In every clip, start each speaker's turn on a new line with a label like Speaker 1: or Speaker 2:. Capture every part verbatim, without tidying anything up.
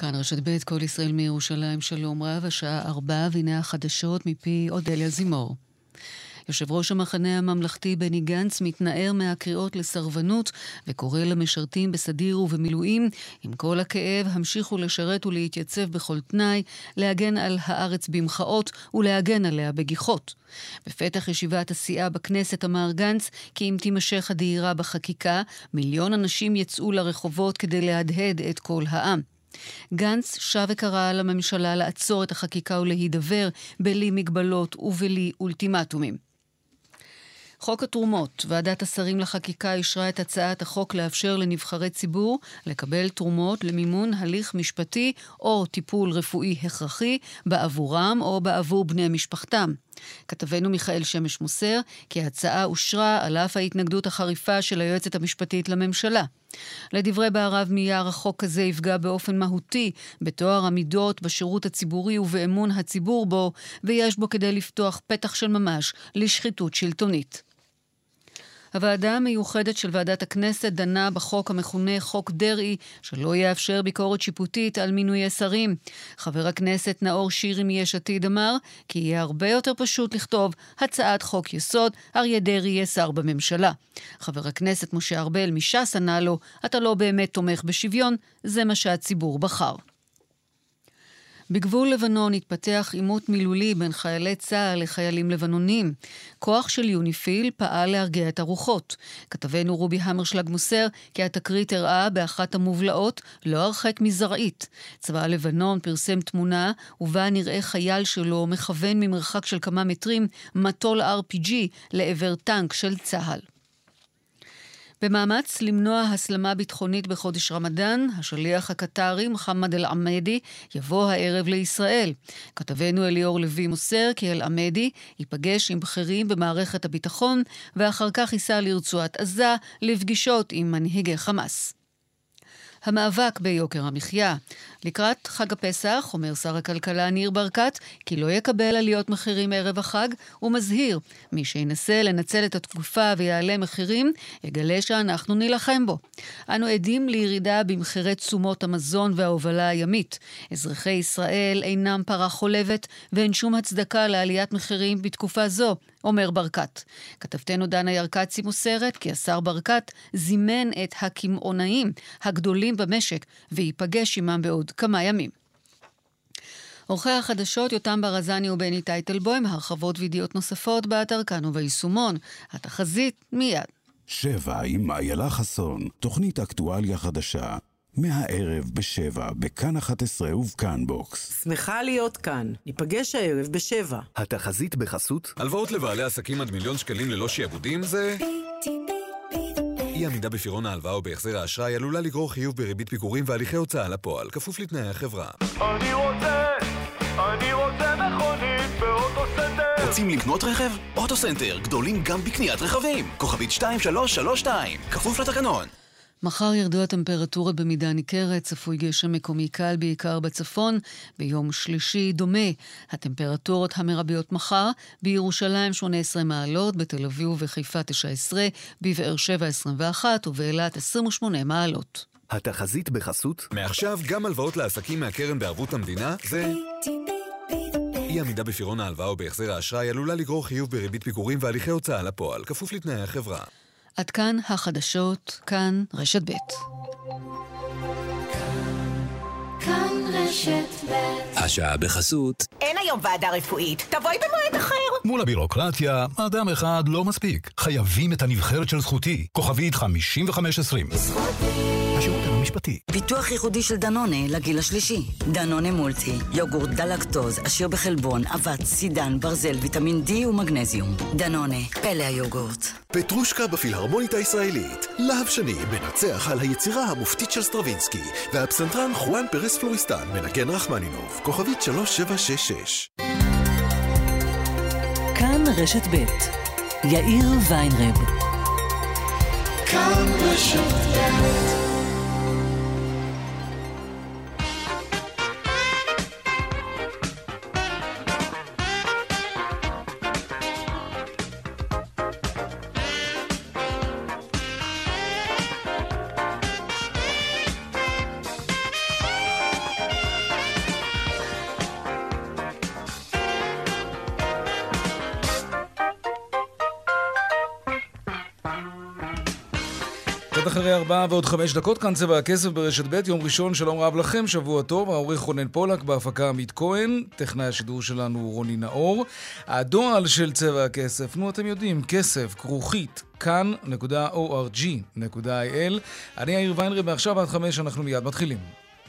Speaker 1: כאן רשת ב' כל ישראל מירושלים, שלום רב, השעה ארבע, והנה החדשות מפי אודליה זימור. יושב ראש המחנה הממלכתי בני גנץ מתנער מהקריאות לסרבנות וקורא למשרתים בסדיר ובמילואים עם כל הכאב המשיכו לשרת ולהתייצב בכל תנאי, להגן על הארץ במחאות ולהגן עליה בגיחות. בפתח ישיבת הסיעה בכנסת אמר גנץ כי אם תימשך הדהירה בחקיקה, מיליון אנשים יצאו לרחובות כדי להדהד את כל העם. גנץ שב וקרא לממשלה לעצור את החקיקה ולהידבר בלי מגבלות ובלי אולטימטומים. חוק התרומות, ועדת השרים לחקיקה אישרה את הצעת החוק לאפשר לנבחרי ציבור לקבל תרומות למימון הליך משפטי או טיפול רפואי הכרחי בעבורם או בעבור בני משפחתם. כתבנו מיכאל שמש מוסר כי ההצעה אושרה על אף ההתנגדות החריפה של היועצת המשפטית לממשלה. לדברי בערב מייר, החוק הזה יפגע באופן מהותי בתואר המידות בשירות הציבורי ובאמון הציבור בו, ויש בו כדי לפתוח פתח של ממש לשחיתות שלטונית. הוועדה המיוחדת של ועדת הכנסת דנה בחוק המכונה חוק דרעי, שלא יאפשר ביקורת שיפוטית על מינויי שרים. חבר הכנסת נאור שירי מיש עתיד אמר כי יהיה הרבה יותר פשוט לכתוב הצעת חוק יסוד, אריה דרעי יהיה שר בממשלה. חבר הכנסת משה ארבל מש"ס ענה לו, אתה לא באמת תומך בשוויון, זה מה שהציבור בחר. בגבול לבנון התפתח עימות מילולי בין חיילי צה"ל לחיילים לבנונים. כוח של יוניפיל פעל להרגיע את הרוחות. כתבנו רובי המרשלג מוסר כי התקרית הראה באחת המובלעות לא הרחק מזרעית. צבא לבנון פרסם תמונה ובה נראה חייל שלו מכוון ממרחק של כמה מטרים מטול אר פי ג'י לעבר טנק של צה"ל. במאמץ למנוע הסלמה ביטחונית בחודש רמדאן, השליח הקטרי מוחמד אל-עמדי יבוא הערב לישראל. כתבנו אליאור לוי מוסר כי אל-עמדי ייפגש עם בכירים במערכת הביטחון ואחר כך ייסע לרצועת עזה לפגישות עם מנהיגי חמאס. המאבק ביוקר המחיה. לקראת חג הפסח, אומר שר הכלכלה ניר ברקת, כי לא יקבל עליות מחירים ערב החג, ומזהיר, מי שינסה לנצל את התקופה ויעלה מחירים, יגלה שאנחנו נילחם בו. אנו עדים לירידה במחירי תשומות המזון וההובלה הימית. אזרחי ישראל אינם פרה חולבת, ואין שום הצדקה לעליית מחירים בתקופה זו, אומר ברקת. כתבתנו דנה ירקצי מוסרת כי השר ברקת זימן את הקמעונאים הגדולים במשק ויפגש עמם בעוד כמה ימים. עורכי החדשות יותם ברזני ובני טייטלבוים, הרחבות וידיעות נוספות באתר כאן וביישומון. התחזית מיד.
Speaker 2: שבע עם איילה חסון, תוכנית אקטואליה חדשה. מהערב בשבע, בכאן אחת עשרה ובכאן בוקס.
Speaker 3: שמחה להיות כאן. ניפגש הערב בשבע.
Speaker 4: התחזית בחסות. הלוואות לבעלי עסקים עד מיליון שקלים ללא שיעבודים זה... אי עמידה בפירעון ההלוואה או בהחזר האשראי עלולה לגרור חיוב בריבית פיגורים והליכי הוצאה לפועל, כפוף לתנאי החברה.
Speaker 5: אני רוצה, אני רוצה מכונית באוטוסנטר.
Speaker 6: רוצים לקנות רכב? אוטוסנטר, גדולים גם בקניית רכבים. כוכבית שתיים שלוש שלוש שתיים, כפוף לתקנון.
Speaker 1: מחר ירדו הטמפרטורות במידה ניכרת, צפוי גשם מקומי קל בעיקר בצפון, ביום שלישי דומה. הטמפרטורות המרביות מחר, בירושלים שמונה עשרה מעלות, בתל אביב ובחיפה תשע עשרה, בבאר שבע עשרים ואחת ובאילת עשרים ושמונה מעלות.
Speaker 4: התחזית בחסות. מעכשיו גם הלוואות לעסקים מהקרן בערבות המדינה זה... אי עמידה בפירעון ההלוואה או בהחזר האשראי עלולה לגרור חיוב בריבית פיגורים והליכי הוצאה לפועל, כפוף לתנאי החברה.
Speaker 1: עד כאן החדשות, כאן רשת ב'.
Speaker 7: כאן רשת ב'.
Speaker 8: השעה בחסות.
Speaker 9: אין היום ועדה רפואית, תבואי במועד אחר.
Speaker 8: מול הבירוקרטיה, אדם אחד לא מספיק. חייבים את הנבחרת של זכותי. כוכבית חמישים וחמש עשרים.
Speaker 7: זכותי.
Speaker 8: השירות המשפטי.
Speaker 10: פיתוח ייחודי של דנונה לגיל השלישי. דנונה מולטי, יוגורט דלקטוז, עשיר בחלבון, אבץ, סידן, ברזל, ויטמין די ומגנזיום. דנונה, פלא היוגורט.
Speaker 11: פטרושקה בפילהרמונית הישראלית. להב שני מנצח על היצירה המופתית של סטרווינסקי, והפסנתרן חואן פרס פלוריסטן מנגן רחמנינוב. כוכבית שלוש שבע שש שש.
Speaker 12: כאן רשת ב'. יאיר ויינרב.
Speaker 7: כאן רשת ב'.
Speaker 13: קצת אחרי ארבעה ועוד חמש דקות, כאן צבע הכסף ברשת ב', יום ראשון, שלום רב לכם, שבוע טוב, העורך רונן פולק, בהפקה עמית כהן, טכנאי השידור שלנו רוני נאור. הדואל של צבע הכסף, נו אתם יודעים, כסף, כרוכית, כאן נקודה או אר ג'י נקודה איי אל. אני יאיר ויינרב, מעכשיו עד חמש, אנחנו מיד מתחילים.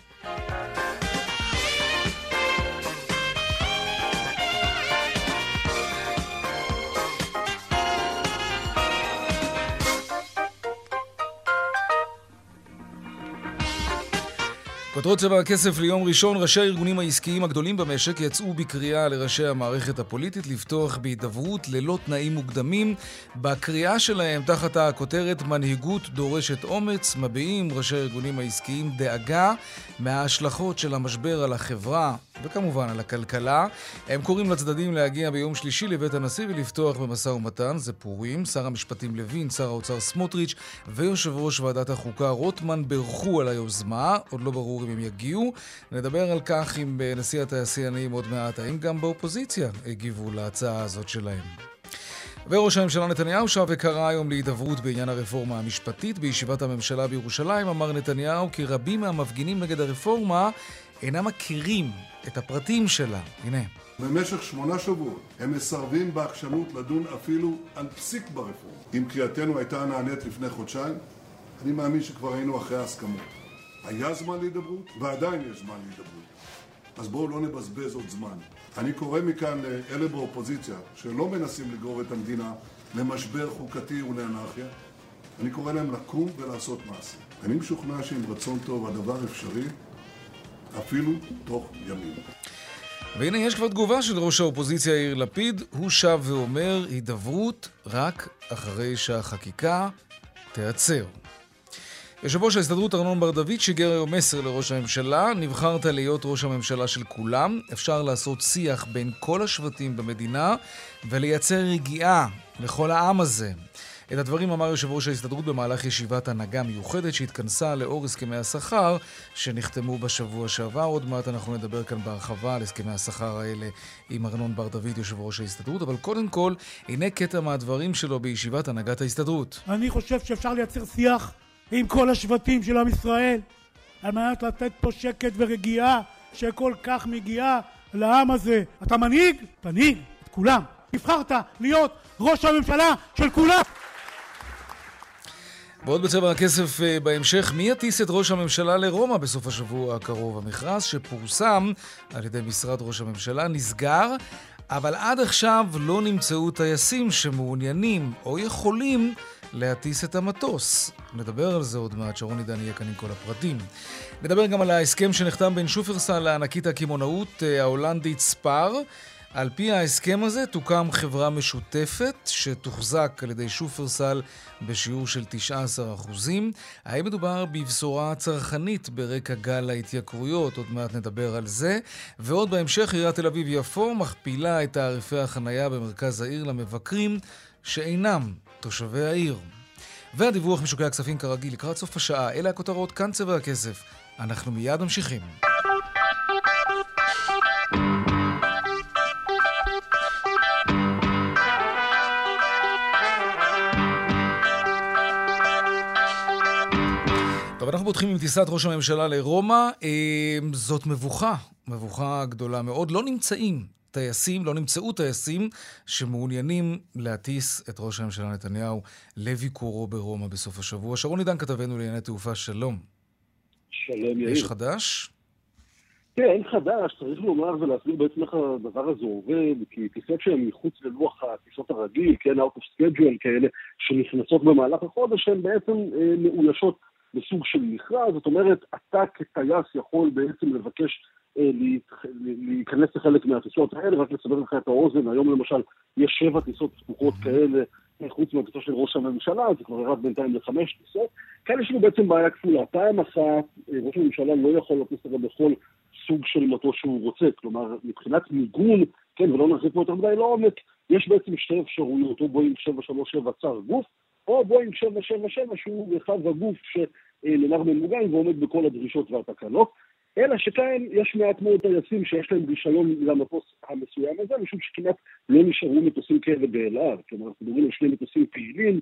Speaker 13: כותרות צבע הכסף ליום ראשון, ראשי הארגונים העסקיים הגדולים במשק יצאו בקריאה לראשי המערכת הפוליטית לפתוח בהידברות ללא תנאים מוקדמים. בקריאה שלהם תחת הכותרת מנהיגות דורשת אומץ, מביעים ראשי הארגונים העסקיים דאגה מההשלכות של המשבר על החברה וכמובן על הכלכלה. הם קוראים לצדדים להגיע ביום שלישי לבית הנשיא ולפתוח במשא ומתן, זה פורים. שר המשפטים לוין, שר האוצר סמוטריץ' ויושב ראש ועדת החוקה רוטמן ברכו על היוזמה, עוד לא ברור אם הם יגיעו. נדבר על כך עם נשיא התעשיינים עוד מעט, האם גם באופוזיציה הגיבו להצעה הזאת שלהם. וראש הממשלה נתניהו שב וקרא היום להידברות בעניין הרפורמה המשפטית. בישיבת הממשלה בירושלים אמר נתניהו כי רבים מהמפגינים נגד הרפורמה אינם מכירים את הפרטים שלה. הנה.
Speaker 14: במשך שמונה שבועות הם מסרבים בעקשנות לדון אפילו על פסיק ברפורמה. אם קריאתנו הייתה נענית לפני חודשיים, אני מאמין שכבר היינו אחרי ההסכמות. היה זמן להידברות, ועדיין יש זמן להידברות. אז בואו לא נבזבז עוד זמן. אני קורא מכאן לאלה באופוזיציה שלא מנסים לגרור את המדינה למשבר חוקתי ולאנרכיה. אני קורא להם לקום ולעשות מעשה. אני משוכנע שעם רצון טוב הדבר אפשרי, אפילו תוך ימים.
Speaker 13: והנה יש כבר תגובה של ראש האופוזיציה יאיר לפיד. הוא שב ואומר הידברות רק אחרי שהחקיקה תיעצר. יושב ראש ההסתדרות ארנון בר דוד שיגר היום מסר לראש הממשלה: נבחרת להיות ראש הממשלה של כולם, אפשר לעשות שיח בין כל השבטים במדינה ולייצר רגיעה לכל העם הזה. את הדברים אמר יושב ראש ההסתדרות במהלך ישיבת הנהגה מיוחדת שהתכנסה לאור הסכמי השכר שנחתמו בשבוע שעבר. עוד מעט אנחנו נדבר כאן בהרחבה על הסכמי השכר האלה עם ארנון בר דוד יושב ראש ההסתדרות, אבל קודם כל הנה קטע מהדברים שלו בישיבת הנהגת ההסתדרות.
Speaker 15: אני חושב שאפשר לייצר שיח עם כל השבטים של עם ישראל על מנת לתת פה שקט ורגיעה שכל כך מגיעה לעם הזה. אתה מנהיג? תנהיג את כולם. נבחרת להיות ראש הממשלה של כולם. ועוד בצבע הכסף בהמשך, מי יטיס את ראש הממשלה לרומא בסוף השבוע הקרוב? המכרז שפורסם על ידי משרד ראש הממשלה נסגר, אבל עד עכשיו לא נמצאו טייסים שמעוניינים או יכולים להטיס את המטוס. נדבר על זה עוד מעט, שרון עידן יהיה כאן עם כל הפרטים. נדבר גם על ההסכם שנחתם בין שופרסל לענקית הקמעונאות ההולנדית ספאר. על פי ההסכם הזה תוקם חברה משותפת שתוחזק על ידי שופרסל בשיעור של תשעה עשר אחוזים. האם מדובר בבשורה צרכנית ברקע גל ההתייקרויות? עוד מעט נדבר על זה. ועוד בהמשך, עיריית תל אביב יפו מכפילה את תעריפי החנייה במרכז העיר למבקרים שאינם תושבי העיר. והדיווח משוקי הכספים כרגיל לקראת סוף השעה. אלה הכותרות, כאן צבע הכסף. אנחנו מיד ממשיכים. טוב, אנחנו פותחים עם טיסת ראש הממשלה לרומא. זאת מבוכה, מבוכה גדולה מאוד. לא נמצאים טייסים, לא נמצאו טייסים שמעוניינים להטיס את ראש הממשלה נתניהו לביקורו ברומא בסוף השבוע. שרון עידן כתבנו לענייני תעופה, שלום.
Speaker 16: שלום יאיר.
Speaker 13: יש חדש?
Speaker 16: כן, אין חדש, צריך לומר ולהסביר בעצם איך הדבר הזה עובד, כי טיסות שהן מחוץ ללוח הטיסות הרגיל, כן, out of schedule כאלה, שנכנסות במהלך החודש, הן בעצם אה, מאוישות בסוג של מכרז. זאת אומרת, אתה כטייס יכול בעצם לבקש אה, להיכנס לחלק מהטיסות האלה. רק לסבר לך את האוזן, היום למשל יש שבע טיסות פתוחות כאלה, חוץ מהטיסות של ראש הממשלה, זה כבר ירד בינתיים לחמש טיסות. כאן יש לנו בעצם בעיה כפולה. פעם אחת, ראש הממשלה לא יכול לטיס הרי בכל סוג של מטוס שהוא רוצה. כלומר, מבחינת מיגון, כן, ולא נחזיק פה יותר מדי לעומק, יש בעצם שתי אפשרויות, או בואינג שבע שלוש שבע צר גוף, או בואינג שבע שבע שבע שהוא אחד הגוף שנאמר ממוגן ועומד בכל הדרישות והתקנות. אלא שכאן יש מעט מאוד טייסים שיש להם רישיון למטוס המסוים הזה, משום שכמעט לא נשארו מטוסים כאלה באל על. כלומר, אנחנו מדברים על שני מטוסים פעילים,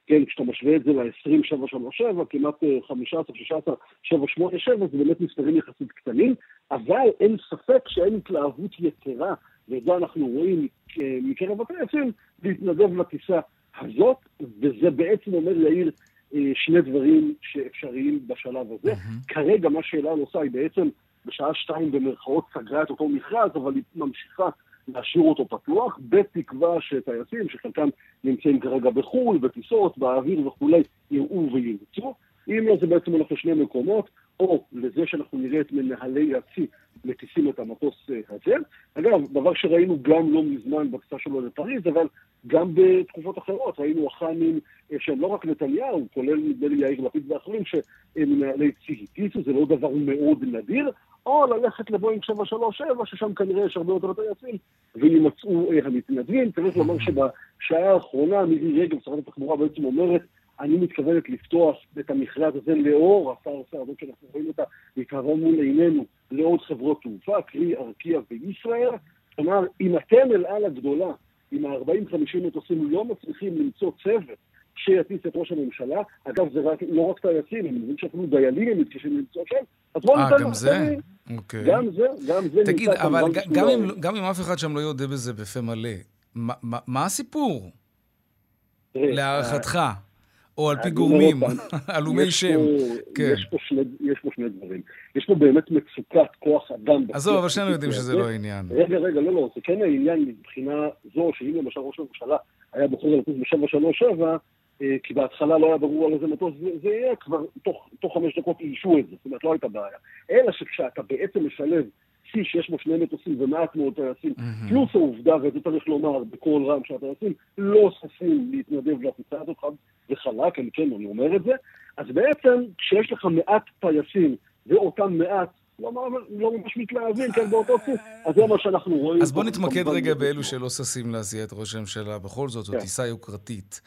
Speaker 16: כן, כשאתה משווה את זה ל-עשרים שבע שלוש שבע, כמעט חמישה עשר, שישה עשר, שבע שמונה שבע, זה באמת מספרים יחסית קטנים, אבל אין ספק שאין התלהבות יתרה, וזה אנחנו רואים מקרב הטייסים, להתנדב לטיסה הזאת, וזה בעצם אומר להעיר שני דברים שאפשריים בשלב הזה. Mm-hmm. כרגע מה שאלה עושה היא בעצם בשעה שתיים במרכאות סגרה את אותו מכרז, אבל היא ממשיכה להשאיר אותו פתוח, בתקווה שטייסים, שחלקם נמצאים כרגע בחו"ל, בטיסות, באוויר וכולי, יראו וירצו. אם לא, זה בעצם הולך לשני מקומות, או לזה שאנחנו נראה את מנהלי הצי מטיסים את המטוס הזה. אגב, דבר שראינו גם לא מזמן בטיסה שלו לפריז, אבל גם בתקופות אחרות, ראינו אחנים שהם לא רק נתניהו, כולל נדמה לי יאיר לפיד ואחרים, שמנהלי צי הטיסו, זה לא דבר מאוד נדיר, או ללכת לבואינג שבע שלוש שבע, ששם כנראה יש הרבה יותר טייסים, וימצאו המתנדבים. צריך לומר שבשעה האחרונה מירי רגב, שרת התחבורה, בעצם אומרת, אני מתכוונת לפתוח את המכרז הזה לאור, הפרסה הזאת שאנחנו רואים אותה, מתקרבה מול עינינו, לעוד חברות תעופה, קרי ארקיע וישראל. כלומר, אם אתם אל על הגדולה, עם ה-ארבעים חמישים מטוסים לא מצליחים למצוא צוות שיטיס את ראש הממשלה, אגב, זה רק, לא רק טייסים, אני מבין שאפילו דיילים הם מתקשים למצוא שם, אז בואו ניתן
Speaker 15: גם זה? אוקיי.
Speaker 16: גם זה, גם זה.
Speaker 15: תגיד, אבל גם אם, גם אם אף אחד שם לא יודע בזה בפה מלא, מה, מה, מה הסיפור? להערכתך? או על פי גורמים, עלומי שם.
Speaker 16: יש פה שני, יש פה שני דברים. יש פה באמת מצוקת כוח אדם.
Speaker 15: עזוב, אבל שנינו יודעים שזה לא העניין.
Speaker 16: רגע, רגע, לא, לא, זה כן העניין מבחינה זו, שאם למשל ראש הממשלה היה בוחר לטוס ב-שבע שלוש שבע, כי בהתחלה לא היה ברור על איזה מטוס זה יהיה, כבר תוך חמש דקות אישו את זה, זאת אומרת, לא הייתה בעיה. אלא שכשאתה בעצם משלב צי שיש בו שני מטוסים ומעט מאוד טייסים, פלוס העובדה, וזה צריך לומר בכל רם שהטייסים לא ששים להתנדב לטיסה הזאת חד וחלק, אני כן, אני אומר את זה, אז בעצם כשיש לך מעט טייסים ואותם מעט, לא ממש מתלהבים, כן, באותו צי, אז זה מה שאנחנו רואים.
Speaker 15: אז בוא נתמקד רגע באלו שלא ששים להסיע את ראש הממשלה, בכל זאת, זו טיסה יוקרתית.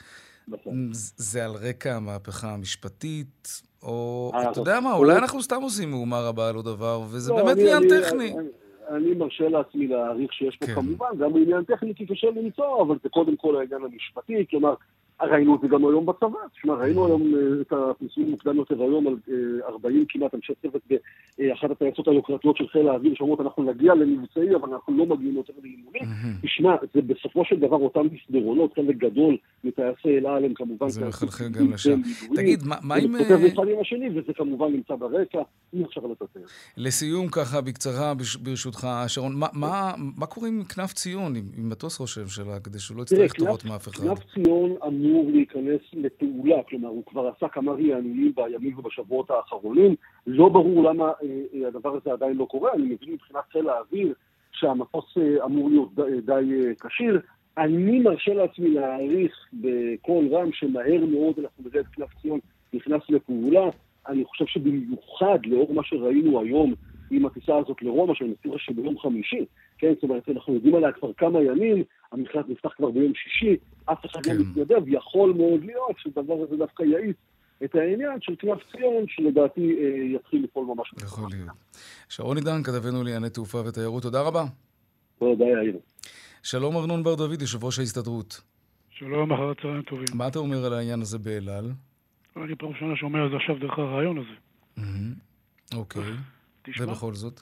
Speaker 15: זה על רקע המהפכה המשפטית, או אתה יודע מה, אולי אנחנו סתם עושים מהומה רבה על עוד דבר, וזה באמת עניין טכני.
Speaker 16: אני מרשה לעצמי להעריך שיש פה כמובן, גם עניין טכני כי קשה למצוא, אבל זה קודם כל העניין המשפטי, כלומר, ראינו את זה גם היום בצבא, שמה, ראינו היום את הפרסום מוקדם יותר היום על ארבעים כמעט אנשי צוות באחת הטייסות היוקרתיות של חיל האוויר, שאומרות אנחנו נגיע למבצעי, אבל אנחנו לא מגיעים יותר לאימונים. תשמע, זה בסופו של דבר אותם מסדרונות, חלק גדול מטייסי אל על, הם כמובן...
Speaker 15: זה מחלחל גם לשם. תגיד, מה עם...
Speaker 16: זה כותב אחד עם השני, וזה כמובן נמצא ברקע, אי אפשר לטטר.
Speaker 15: לסיום ככה, בקצרה, ברשותך, שרון, מה קורה עם כנף ציון, עם מטוס ראש הממשלה, כדי שהוא לא יצטרך טובות מאף אחד?
Speaker 16: כנף ציון אמור להיכנס לפעולה, כלומר הוא כבר עשה כמה רענונים בימים ובשבועות האחרונים, לא ברור למה אה, הדבר הזה עדיין לא קורה, אני מבין מבחינת חיל האוויר שהמטוס אה, אמור להיות די, די אה, קשיר, אני מרשה לעצמי להעריך בכל רם שמהר מאוד אנחנו נראה את כנף ציון נכנס לפעולה, אני חושב שבמיוחד לאור מה שראינו היום עם הטיסה הזאת לרומא, שאני מזכיר שביום חמישי, כן, זאת אומרת, אנחנו יודעים עליה כבר כמה ימים, המכרז נפתח כבר ביום שישי, אף אחד לא מתנדב, יכול מאוד להיות שדבר הזה דווקא יעיץ את העניין של כנף ציון, שלדעתי אה, יתחיל לפעול ממש.
Speaker 15: יכול להיות. שרון עידן, כתבנו לענייני תעופה ותיירות, תודה רבה.
Speaker 16: תודה, יאיר.
Speaker 15: שלום ארנון בר דוד, יושב ראש ההסתדרות.
Speaker 17: שלום, אחר הצהריים טובים.
Speaker 15: מה אתה אומר על העניין הזה באל על?
Speaker 17: אני פעם ראשונה שומע על זה עכשיו דרך הרעיון הזה.
Speaker 15: אוקיי. ובכל זאת?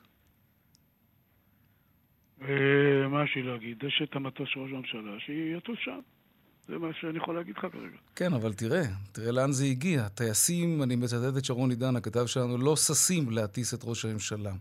Speaker 17: מה יש לי להגיד? יש את המטוס של ראש הממשלה שהיא יטוס שם. זה מה שאני יכול להגיד לך כרגע.
Speaker 15: כן, אבל תראה, תראה לאן זה הגיע. טייסים, אני מצטט את שרון עידן, הכתב שלנו, לא ששים להטיס את ראש הממשלה.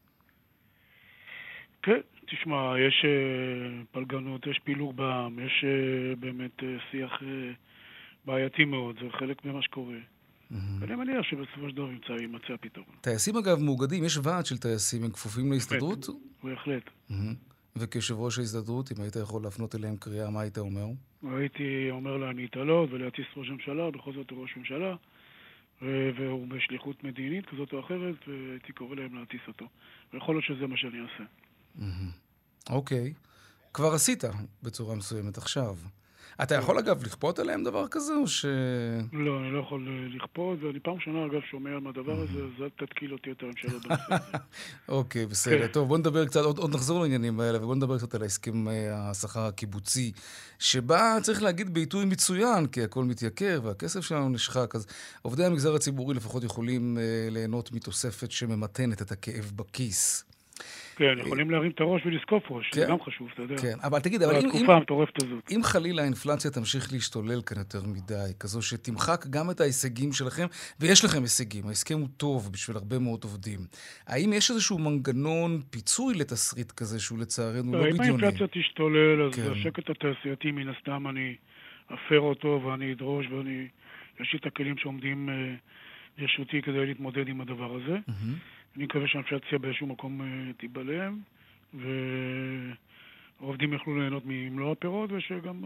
Speaker 17: כן, תשמע, יש פלגנות, יש פילוג בעם, יש באמת שיח בעייתי מאוד, זה חלק ממה שקורה. אני מניח שבסופו של דבר ימצא הפתרון.
Speaker 15: טייסים אגב מאוגדים, יש ועד של טייסים, הם כפופים להסתדרות?
Speaker 17: בהחלט.
Speaker 15: וכיושב ראש ההסתדרות, אם היית יכול להפנות אליהם קריאה, מה היית אומר?
Speaker 17: הייתי אומר לה להתעלות ולהטיס ראש הממשלה, בכל זאת ראש הממשלה, והוא בשליחות מדינית כזאת או אחרת, והייתי קורא להם להטיס אותו. ויכול להיות שזה מה שאני אעשה.
Speaker 15: אוקיי. כבר עשית בצורה מסוימת עכשיו.
Speaker 13: אתה יכול אגב לכפות עליהם דבר כזה, או ש...
Speaker 17: לא, אני לא יכול לכפות, ואני פעם שנה אגב שומע על הדבר הזה, אז אל תתקיל אותי יותר עם שאלות בנושא הזה.
Speaker 13: אוקיי, בסדר. טוב, בוא נדבר קצת, עוד נחזור לעניינים האלה, ובוא נדבר קצת על ההסכם השכר הקיבוצי, שבה צריך להגיד בעיתוי מצוין, כי הכל מתייקר והכסף שלנו נשחק, אז עובדי המגזר הציבורי לפחות יכולים ליהנות מתוספת שממתנת את הכאב בכיס.
Speaker 17: כן, יכולים להרים את הראש ולסקוף ראש, זה גם חשוב, אתה יודע.
Speaker 13: כן, אבל תגיד, אבל אם חלילה האינפלציה תמשיך להשתולל כאן יותר מדי, כזו שתמחק גם את ההישגים שלכם, ויש לכם הישגים, ההסכם הוא טוב בשביל הרבה מאוד עובדים. האם יש איזשהו מנגנון פיצוי לתסריט כזה, שהוא לצערנו לא בדיוני?
Speaker 17: אם האינפלציה תשתולל, אז השקט התעשייתי מן הסתם אני אפר אותו, ואני אדרוש, ואני יש את הכלים שעומדים לרשותי כדי להתמודד עם הדבר הזה. אני מקווה שהאינפלציה באיזשהו מקום תיבלם, והעובדים יוכלו ליהנות ממלוא הפירות, ושגם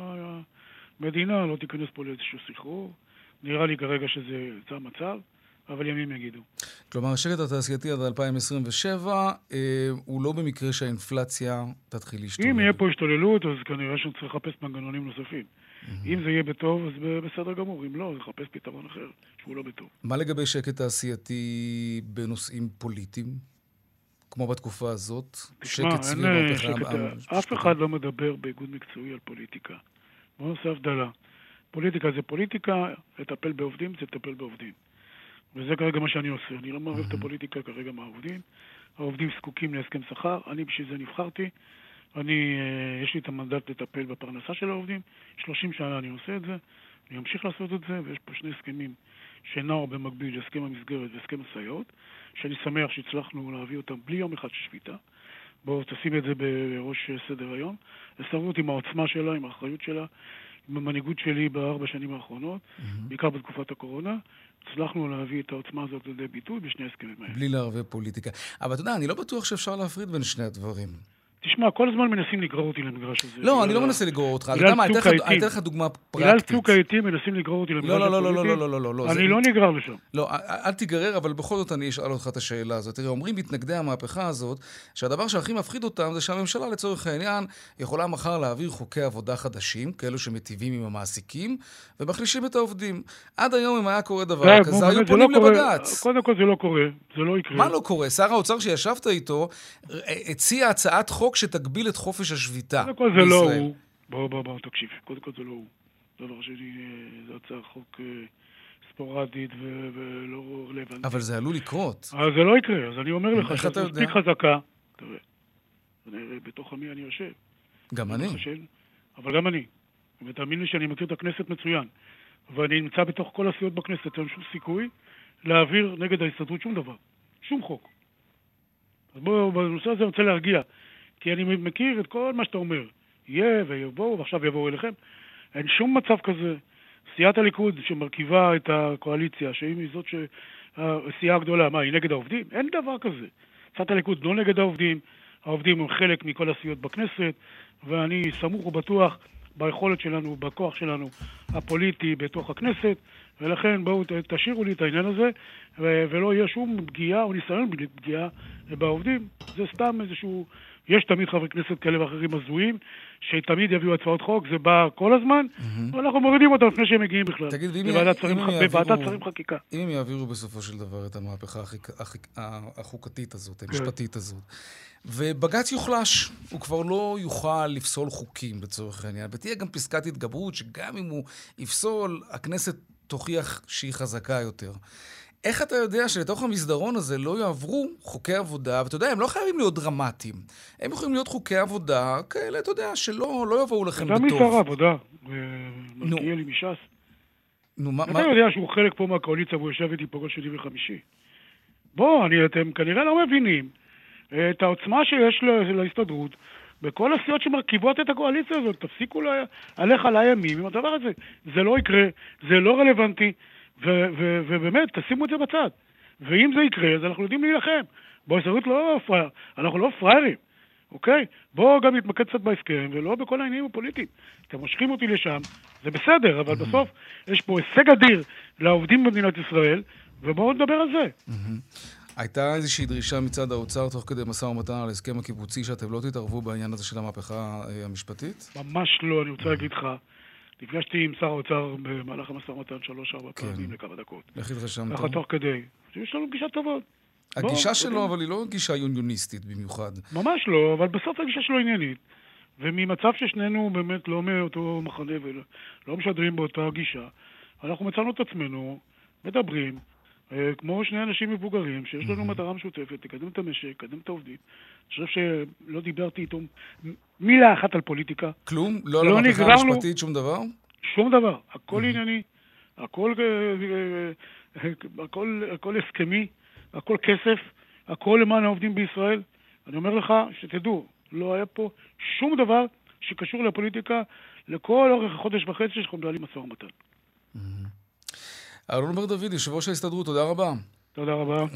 Speaker 17: המדינה לא תיכנס פה לאיזשהו סחרור. נראה לי כרגע שזה זה המצב, אבל ימים יגידו.
Speaker 13: כלומר, השקט התעשייתי עד אלפיים עשרים ושבע אה, הוא לא במקרה שהאינפלציה תתחיל להשתולל.
Speaker 17: אם יהיה פה השתוללות, אז כנראה שאני צריך לחפש מנגנונים נוספים. Mm-hmm. אם זה יהיה בטוב, אז בסדר גמור. אם לא, אז לחפש פתרון אחר, שהוא לא בטוב.
Speaker 13: מה לגבי שקט תעשייתי בנושאים פוליטיים? כמו בתקופה הזאת?
Speaker 17: תשמע, אין שקט... אף אחד לא מדבר באיגוד מקצועי על פוליטיקה. בוא נעשה הבדלה. פוליטיקה זה פוליטיקה, לטפל בעובדים זה לטפל בעובדים. וזה כרגע מה שאני עושה. אני לא מערב את הפוליטיקה כרגע מהעובדים. העובדים זקוקים להסכם שכר. אני בשביל זה נבחרתי. אני, יש לי את המנדט לטפל בפרנסה של העובדים. שלושים שנה אני עושה את זה. אני אמשיך לעשות את זה, ויש פה שני הסכמים שנעו במקביל, הסכם המסגרת והסכם הסייעות, שאני שמח שהצלחנו להביא אותם בלי יום אחד של שביתה. בואו תשים את זה בראש סדר היום. הסתדרות עם העוצמה שלה, עם האחריות שלה, עם המנהיגות שלי בארבע שנים האחרונות, mm-hmm. בעיקר בתקופת הקורונה, הצלחנו להביא את העוצמה הזאת לידי ביטוי בשני הסכמים האלה.
Speaker 13: בלי לערבי פוליטיקה. אבל אתה יודע, אני לא בטוח שאפשר להפריד בין שני הדברים.
Speaker 17: תשמע, כל הזמן מנסים לגרור אותי למגרש הזה.
Speaker 13: לא, אני לא מנסה לגרור אותך. אתה יודע מה, אני אתן לך דוגמה פרקטית.
Speaker 17: בגלל צוק העיתים מנסים לגרור אותי למגרש
Speaker 13: הפוליטי. לא, לא, לא, לא, לא.
Speaker 17: אני לא נגרר לשם.
Speaker 13: לא, אל תיגרר, אבל בכל זאת אני אשאל אותך את השאלה הזאת. תראה, אומרים מתנגדי המהפכה הזאת, שהדבר שהכי מפחיד אותם זה שהממשלה לצורך העניין יכולה מחר להעביר חוקי עבודה חדשים, כאלו שמטיבים עם המעסיקים, ומחלישים את העובדים. עד היום אם היה קורה דבר כזה, היו פונים לבג"ץ.
Speaker 17: קודם כל זה לא קורה, זה לא יקרה.
Speaker 13: מה לא קורה? שר האוצר שישבת איתו, הציע הצעת חוק שתגביל את חופש השביתה.
Speaker 17: קודם כל זה לא הוא. בוא, בוא, בוא, תקשיב. קודם כל זה לא הוא. דבר שלי, זה הצעה חוק ספורדית ולא רלוונטית.
Speaker 13: אבל זה עלול לקרות.
Speaker 17: אז זה לא יקרה. אז אני אומר לך שאתה מספיק חזקה. תראה, בתוך עמי אני יושב.
Speaker 13: גם אני.
Speaker 17: אבל גם אני. ותאמין לי שאני מכיר את הכנסת מצוין. ואני נמצא בתוך כל הסיעות בכנסת. אין שום סיכוי להעביר נגד ההסתדרות שום דבר. שום חוק. אז בואו, בנושא הזה אני רוצה להרגיע. כי אני מכיר את כל מה שאתה אומר. יהיה ויבואו, ועכשיו יבואו אליכם. אין שום מצב כזה. סיעת הליכוד שמרכיבה את הקואליציה, שהיא זאת שהסיעה הגדולה, מה, היא נגד העובדים? אין דבר כזה. סיעת הליכוד לא נגד העובדים. העובדים הם חלק מכל הסיעות בכנסת, ואני סמוך ובטוח ביכולת שלנו, בכוח שלנו הפוליטי בתוך הכנסת, ולכן בואו תשאירו לי את העניין הזה, ולא יהיה שום פגיעה או ניסיון פגיעה בעובדים. זה סתם איזשהו... יש תמיד חברי כנסת כאלה ואחרים הזויים, שתמיד יביאו הצעות חוק, זה בא כל הזמן, mm-hmm. ואנחנו מורידים אותם לפני שהם מגיעים בכלל.
Speaker 13: תגיד,
Speaker 17: בוועדת שרים, שרים חקיקה.
Speaker 13: אם הם יעבירו בסופו של דבר את המהפכה החוקתית הזאת, המשפטית הזאת, ובג"ץ יוחלש, הוא כבר לא יוכל לפסול חוקים לצורך העניין, ותהיה גם פסקת התגברות, שגם אם הוא יפסול, הכנסת תוכיח שהיא חזקה יותר. איך אתה יודע שלתוך המסדרון הזה לא יעברו חוקי עבודה, ואתה יודע, הם לא חייבים להיות דרמטיים. הם יכולים להיות חוקי עבודה כאלה, אתה יודע, שלא לא יבואו לכם בטוב.
Speaker 17: אתה משר העבודה, מזכיע לי מש"ס.
Speaker 13: נו, מה...
Speaker 17: אתה יודע שהוא חלק פה מהקואליציה, והוא יושב איתי פה כל שני וחמישי. בוא, אני, אתם כנראה לא מבינים את העוצמה שיש להסתדרות, בכל הסיעות שמרכיבות את הקואליציה הזאת, תפסיקו עליך על הימים עם הדבר הזה. זה לא יקרה, זה לא רלוונטי. ובאמת, תשימו את זה בצד. ואם זה יקרה, אז אנחנו יודעים להילחם. בואו, הסתדרות לא פרייר, אנחנו לא פריירים, אוקיי? בואו גם נתמקד קצת בהסכם, ולא בכל העניינים הפוליטיים. אתם מושכים אותי לשם, זה בסדר, אבל בסוף יש פה הישג אדיר לעובדים במדינת ישראל, ובואו נדבר על זה.
Speaker 13: הייתה איזושהי דרישה מצד האוצר, תוך כדי משא ומתן על הסכם הקיבוצי, שאתם לא תתערבו בעניין הזה של המהפכה המשפטית?
Speaker 17: ממש לא, אני רוצה להגיד לך, נפגשתי עם שר האוצר במהלך המשא ומתן שלוש-ארבע פעמים לכמה דקות.
Speaker 15: איך התרשמת?
Speaker 17: ככה תוך כדי. יש לנו פגישה טובה.
Speaker 15: הגישה שלו, אבל היא לא גישה יוניוניסטית במיוחד.
Speaker 17: ממש לא, אבל בסוף הגישה שלו עניינית. וממצב ששנינו באמת לא מאותו מחנה ולא משדרים באותה גישה, אנחנו מצאנו את עצמנו, מדברים, כמו שני אנשים מבוגרים, שיש לנו מטרה משותפת, לקדם את המשק, לקדם את העובדים. אני חושב שלא דיברתי איתו מילה אחת על פוליטיקה.
Speaker 15: כלום? לא על המהפכה המשפטית, שום דבר?
Speaker 17: שום דבר. הכל ענייני, הכל, הכל, הכל הסכמי, הכל כסף, הכל למען העובדים בישראל. אני אומר לך שתדעו, לא היה פה שום דבר שקשור לפוליטיקה לכל אורך החודש וחצי שאנחנו מנהלים משא ומתן.
Speaker 15: אלון בר דוד, יושב ראש ההסתדרות, תודה רבה.
Speaker 17: תודה רבה.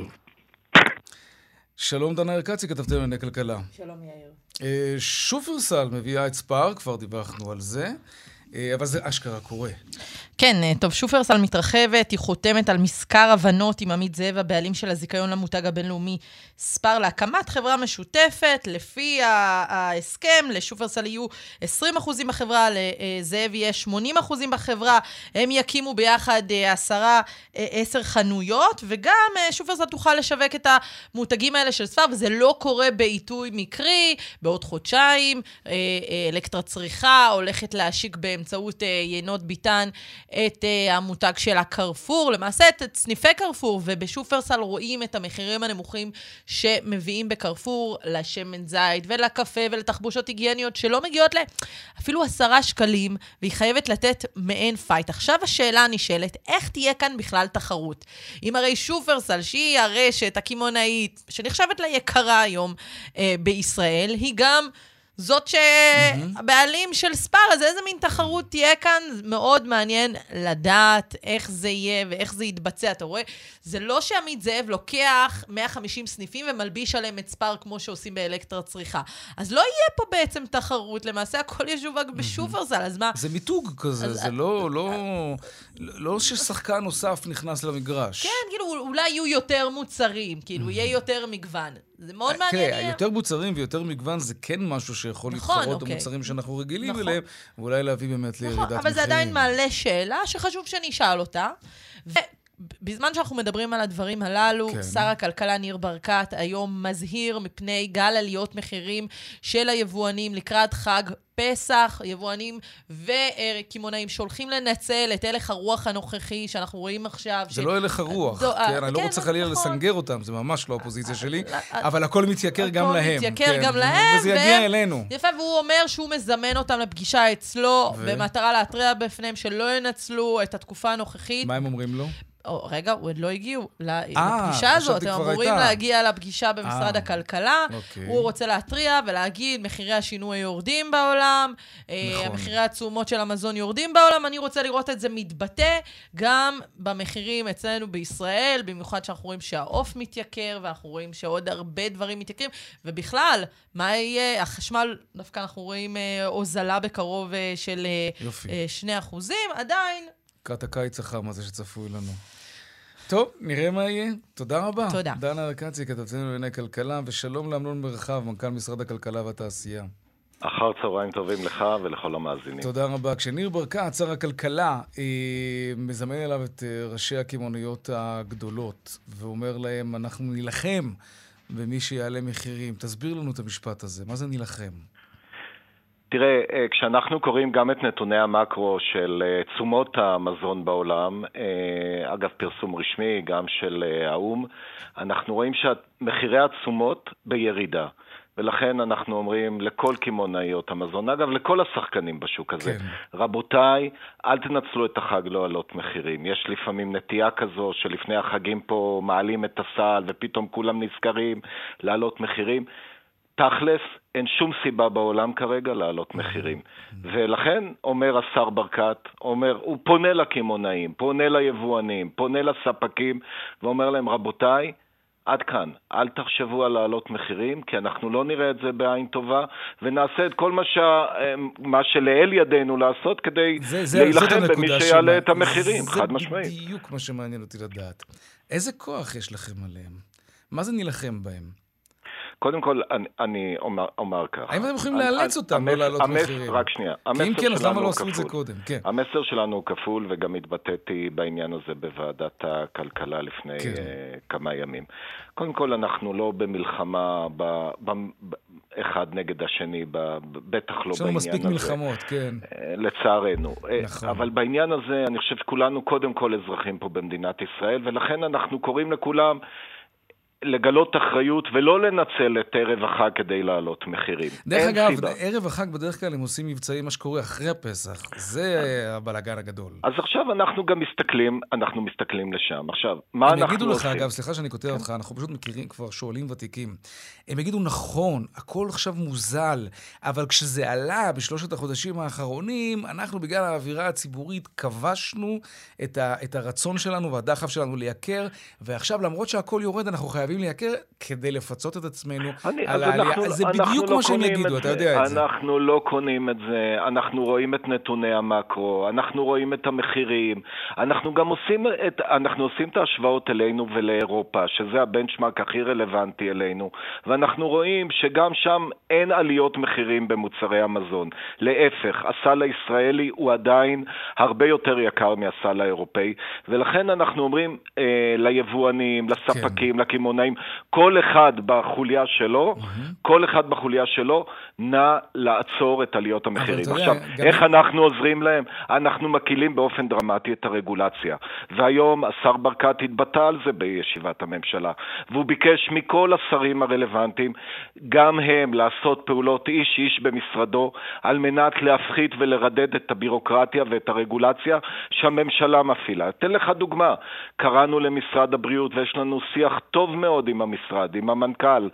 Speaker 15: שלום דנה ארקצי, כתבתם לענייני כלכלה.
Speaker 18: שלום יאיר.
Speaker 15: שופרסל מביאה את ספאר, כבר דיווחנו על זה, אבל זה אשכרה קורה.
Speaker 18: כן, טוב, שופרסל מתרחבת, היא חותמת על מזכר הבנות עם עמית זאב, הבעלים של הזיכיון למותג הבינלאומי ספאר, להקמת חברה משותפת. לפי ההסכם, לשופרסל יהיו עשרים אחוזים בחברה, לזאב יהיה שמונים אחוזים בחברה, הם יקימו ביחד עשרה, עשר חנויות, וגם שופרסל תוכל לשווק את המותגים האלה של ספאר, וזה לא קורה בעיתוי מקרי. בעוד חודשיים, אלקטרה צריכה הולכת להשיק באמצעות יינות ביטן את uh, המותג של הקרפור, למעשה את סניפי קרפור, ובשופרסל רואים את המחירים הנמוכים שמביאים בקרפור לשמן זית ולקפה ולתחבושות היגייניות שלא מגיעות לה אפילו עשרה שקלים, והיא חייבת לתת מעין פייט. עכשיו השאלה נשאלת, איך תהיה כאן בכלל תחרות? אם הרי שופרסל, שהיא הרשת הקימונאית, שנחשבת לה יקרה היום uh, בישראל, היא גם זאת שהבעלים של ספאר, אז איזה מין תחרות תהיה כאן? מאוד מעניין לדעת איך זה יהיה ואיך זה יתבצע. אתה רואה? זה לא שעמית זאב לוקח מאה וחמישים סניפים ומלביש עליהם את ספאר כמו שעושים באלקטרה צריכה. אז לא יהיה פה בעצם תחרות, למעשה הכל ישווק בשופרסל, אז מה?
Speaker 15: זה מיתוג כזה, זה לא, לא, לא ששחקן נוסף נכנס למגרש.
Speaker 18: כן, כאילו אולי יהיו יותר מוצרים, כאילו יהיה יותר מגוון. זה מאוד מעניין.
Speaker 15: כן, יותר מוצרים ויותר מגוון זה כן משהו שיכול להתחרות במוצרים שאנחנו רגילים אליהם, ואולי להביא באמת לירידת מחירים.
Speaker 18: אבל זה עדיין מעלה שאלה שחשוב שנשאל אותה. ובזמן שאנחנו מדברים על הדברים הללו, שר הכלכלה ניר ברקת היום מזהיר מפני גל עליות מחירים של היבואנים לקראת חג פסח. יבואנים וקימונאים שהולכים לנצל את הלך הרוח הנוכחי שאנחנו רואים עכשיו.
Speaker 15: זה לא הלך הרוח, כן, אני לא רוצה חלילה לסנגר אותם, זה ממש לא אופוזיציה שלי, אבל הכל מתייקר גם להם.
Speaker 18: הכל מתייקר גם להם.
Speaker 15: וזה יגיע אלינו.
Speaker 18: יפה, והוא אומר שהוא מזמן אותם לפגישה אצלו, במטרה להתריע בפניהם שלא ינצלו את התקופה הנוכחית.
Speaker 15: מה הם אומרים לו?
Speaker 18: רגע, הוא עוד לא הגיעו לפגישה הזאת, הם אמורים להגיע לפגישה במשרד הכלכלה, הוא רוצה להטריע ולהגיד, מחירי השינוי יורדים בעולם, מחירי התשומות של המזון יורדים בעולם, אני רוצה לראות את זה מתבטא גם במחירים אצלנו בישראל, במיוחד שאנחנו רואים שהעוף מתייקר, ואנחנו רואים שעוד הרבה דברים מתייקרים, ובכלל, מה יהיה? החשמל, דווקא אנחנו רואים הוזלה בקרוב של שני אחוזים, עדיין,
Speaker 15: קראת הקיץ החם הזה שצפוי לנו. טוב, נראה מה יהיה. תודה רבה.
Speaker 18: תודה.
Speaker 15: דנה ארקצי, כתבתנו לענייני כלכלה, ושלום לאמנון מרחב, מנכ"ל משרד הכלכלה והתעשייה.
Speaker 19: אחר צהריים טובים לך ולכל המאזינים.
Speaker 15: תודה רבה. כשניר ברקת, שר הכלכלה, אה, מזמן אליו את אה, ראשי הכימוניות הגדולות, ואומר להם, אנחנו נלחם במי שיעלה מחירים. תסביר לנו את המשפט הזה. מה זה נלחם?
Speaker 19: תראה, כשאנחנו קוראים גם את נתוני המקרו של תשומות המזון בעולם, אגב פרסום רשמי גם של האו"ם, אנחנו רואים שמחירי התשומות בירידה. ולכן אנחנו אומרים לכל כימונאיות המזון, אגב לכל השחקנים בשוק הזה, כן. רבותיי, אל תנצלו את החג לא עלות מחירים. יש לפעמים נטייה כזו שלפני החגים פה מעלים את הסל ופתאום כולם נזכרים לעלות מחירים. תכלס, אין שום סיבה בעולם כרגע לעלות מחירים. ולכן אומר השר ברקת, אומר, הוא פונה לכימונאים, פונה ליבואנים, פונה לספקים, ואומר להם, רבותיי, עד כאן, אל תחשבו על לעלות מחירים, כי אנחנו לא נראה את זה בעין טובה, ונעשה את כל מה, ש... מה שלאל ידינו לעשות, כדי זה, להילחם זה, במי שיעלה שמה... את המחירים,
Speaker 15: זה
Speaker 19: חד משמעית.
Speaker 15: זה בדיוק מה שמעניין אותי לדעת. איזה כוח יש לכם עליהם? מה זה נלחם בהם?
Speaker 19: קודם כל, אני, אני אומר, אומר כך.
Speaker 15: האם אתם יכולים לאלץ אותם לא לעלות מחירים?
Speaker 19: רק שנייה.
Speaker 15: כי אם כן, אז למה לא עשו את זה קודם? כן.
Speaker 19: המסר שלנו הוא כפול, וגם התבטאתי בעניין הזה בוועדת הכלכלה לפני כן. uh, כמה ימים. קודם כל, אנחנו לא במלחמה ב, ב, ב, אחד נגד השני, ב, בטח לא בעניין הזה.
Speaker 15: יש לנו מספיק מלחמות, כן.
Speaker 19: Uh, לצערנו. נכון. Uh, אבל בעניין הזה, אני חושב שכולנו קודם כל אזרחים פה במדינת ישראל, ולכן אנחנו קוראים לכולם לגלות אחריות ולא לנצל את ערב החג כדי לעלות מחירים.
Speaker 15: דרך אגב, סיבה. ערב החג בדרך כלל הם עושים מבצעים מה שקורה אחרי הפסח. זה הבלגן הגדול.
Speaker 19: אז עכשיו אנחנו גם מסתכלים, אנחנו מסתכלים לשם. עכשיו, מה אנחנו
Speaker 15: עושים? הם יגידו לך,
Speaker 19: עושים?
Speaker 15: אגב, סליחה שאני כותב אותך, אנחנו פשוט מכירים כבר שואלים ותיקים. הם יגידו, נכון, הכל עכשיו מוזל, אבל כשזה עלה בשלושת החודשים האחרונים, אנחנו בגלל האווירה הציבורית כבשנו את, ה, את הרצון שלנו והדחף שלנו לייקר, ועכשיו למרות שהכל יורד, אנחנו חייבים לייקר כדי לפצות את עצמנו
Speaker 19: אני,
Speaker 15: על העלייה.
Speaker 19: אנחנו,
Speaker 15: זה בדיוק
Speaker 19: לא
Speaker 15: מה שהם יגידו, אתה יודע את זה.
Speaker 19: אנחנו לא קונים את זה, אנחנו רואים את נתוני המקרו, אנחנו רואים את המחירים, אנחנו גם עושים את, אנחנו עושים את ההשוואות אלינו ולאירופה, שזה הבנצ'מרק הכי רלוונטי אלינו, ואנחנו רואים שגם שם אין עליות מחירים במוצרי המזון. להפך, הסל הישראלי הוא עדיין הרבה יותר יקר מהסל האירופאי, ולכן אנחנו אומרים אה, ליבואנים, לספקים, כן. לקימונאים, כל אחד בחוליה שלו, mm-hmm. כל אחד בחוליה שלו, נע לעצור את עליות המחירים. עכשיו, גם... איך אנחנו עוזרים להם? אנחנו מקילים באופן דרמטי את הרגולציה. והיום השר ברקת התבטא על זה בישיבת הממשלה, והוא ביקש מכל השרים הרלוונטיים, גם הם לעשות פעולות איש איש במשרדו, על מנת להפחית ולרדד את הבירוקרטיה ואת הרגולציה שהממשלה מפעילה. אתן לך דוגמה, קראנו למשרד הבריאות ויש לנו שיח טוב מאוד עם המשרד, עם המנכ"ל,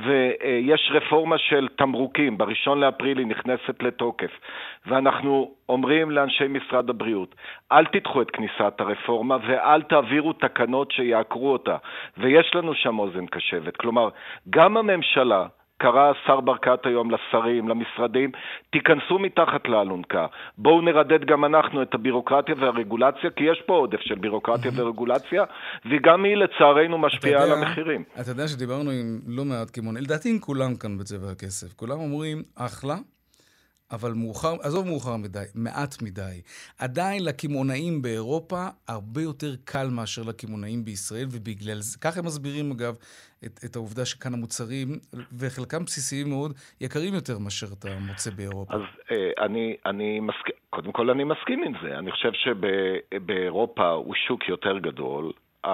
Speaker 19: ויש רפורמה של תמרוקים, בראשון לאפריל היא נכנסת לתוקף, ואנחנו אומרים לאנשי משרד הבריאות, אל תדחו את כניסת הרפורמה ואל תעבירו תקנות שיעקרו אותה, ויש לנו שם אוזן קשבת. כלומר, גם הממשלה, קרא שר ברקת היום לשרים, למשרדים, תיכנסו מתחת לאלונקה. בואו נרדד גם אנחנו את הבירוקרטיה והרגולציה, כי יש פה עודף של בירוקרטיה ורגולציה, וגם היא לצערנו משפיעה על המחירים.
Speaker 15: אתה יודע שדיברנו עם לא מעט כימון, לדעתי עם כולם כאן בצבע הכסף. כולם אומרים, אחלה, אבל מאוחר, עזוב מאוחר מדי, מעט מדי. עדיין לכימונאים באירופה הרבה יותר קל מאשר לכימונאים בישראל, ובגלל זה, כך הם מסבירים אגב את, את העובדה שכאן המוצרים, וחלקם בסיסיים מאוד, יקרים יותר מאשר אתה מוצא באירופה.
Speaker 19: אז אה, אני, אני מסכים, קודם כל אני מסכים עם זה. אני חושב שבאירופה הוא שוק יותר גדול,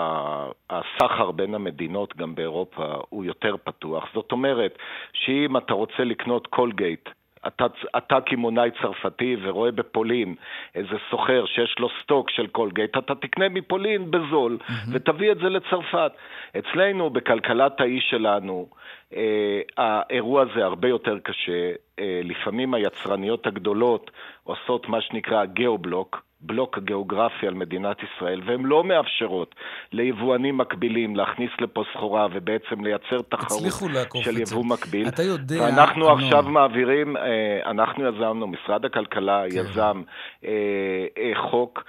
Speaker 19: הסחר בין המדינות גם באירופה הוא יותר פתוח. זאת אומרת שאם אתה רוצה לקנות קולגייט, אתה, אתה כימונאי צרפתי ורואה בפולין איזה סוחר שיש לו סטוק של קולגייט, אתה תקנה מפולין בזול mm-hmm. ותביא את זה לצרפת. אצלנו, בכלכלת האיש שלנו, אה, האירוע הזה הרבה יותר קשה. אה, לפעמים היצרניות הגדולות עושות מה שנקרא גיאובלוק, בלוק גיאוגרפי על מדינת ישראל, והן לא מאפשרות ליבואנים מקבילים להכניס לפה סחורה ובעצם לייצר תחרות של יבוא מקביל.
Speaker 15: אתה יודע...
Speaker 19: ואנחנו אני... עכשיו מעבירים, אנחנו יזמנו, משרד הכלכלה כן. יזם אה, אה, חוק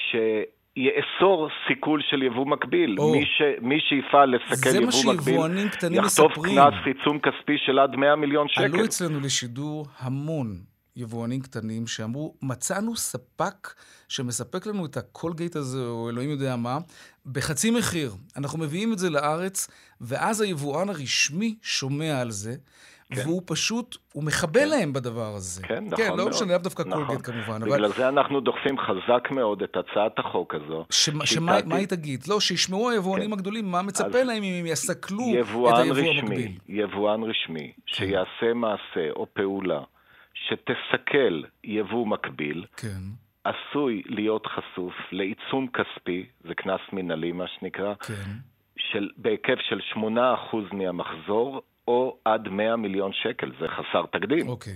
Speaker 19: שיאסור סיכול של יבוא מקביל. מי, ש, מי שיפעל לסכל יבוא מקביל, יחטוף קנס עיצום כספי של עד מאה מיליון שקל.
Speaker 15: עלו אצלנו לשידור המון יבואנים קטנים שאמרו, מצאנו ספק שמספק לנו את הקולגייט הזה, או אלוהים יודע מה, בחצי מחיר. אנחנו מביאים את זה לארץ, ואז היבואן הרשמי שומע על זה, כן. והוא פשוט, הוא מחבל כן. להם בדבר הזה.
Speaker 19: כן, נכון
Speaker 15: כן,
Speaker 19: מאוד.
Speaker 15: לא משנה, דווקא
Speaker 19: נכון.
Speaker 15: קולגייט כמובן.
Speaker 19: בגלל
Speaker 15: אבל...
Speaker 19: זה אנחנו דוחפים חזק מאוד את הצעת החוק הזו.
Speaker 15: שמה, שמה, מה היא תגיד? לא, שישמעו היבואנים כן. הגדולים, מה מצפה אז... להם אם הם יסקלו את היבוא
Speaker 19: רשמי,
Speaker 15: המקביל?
Speaker 19: יבואן רשמי, כן. שיעשה מעשה או פעולה, שתסכל יבוא מקביל,
Speaker 15: כן.
Speaker 19: עשוי להיות חשוף לעיצום כספי, זה כנס מנהלי מה שנקרא,
Speaker 15: כן.
Speaker 19: של, בהיקף של שמונה אחוז מהמחזור, או עד מאה מיליון שקל, זה חסר תקדים.
Speaker 15: אוקיי.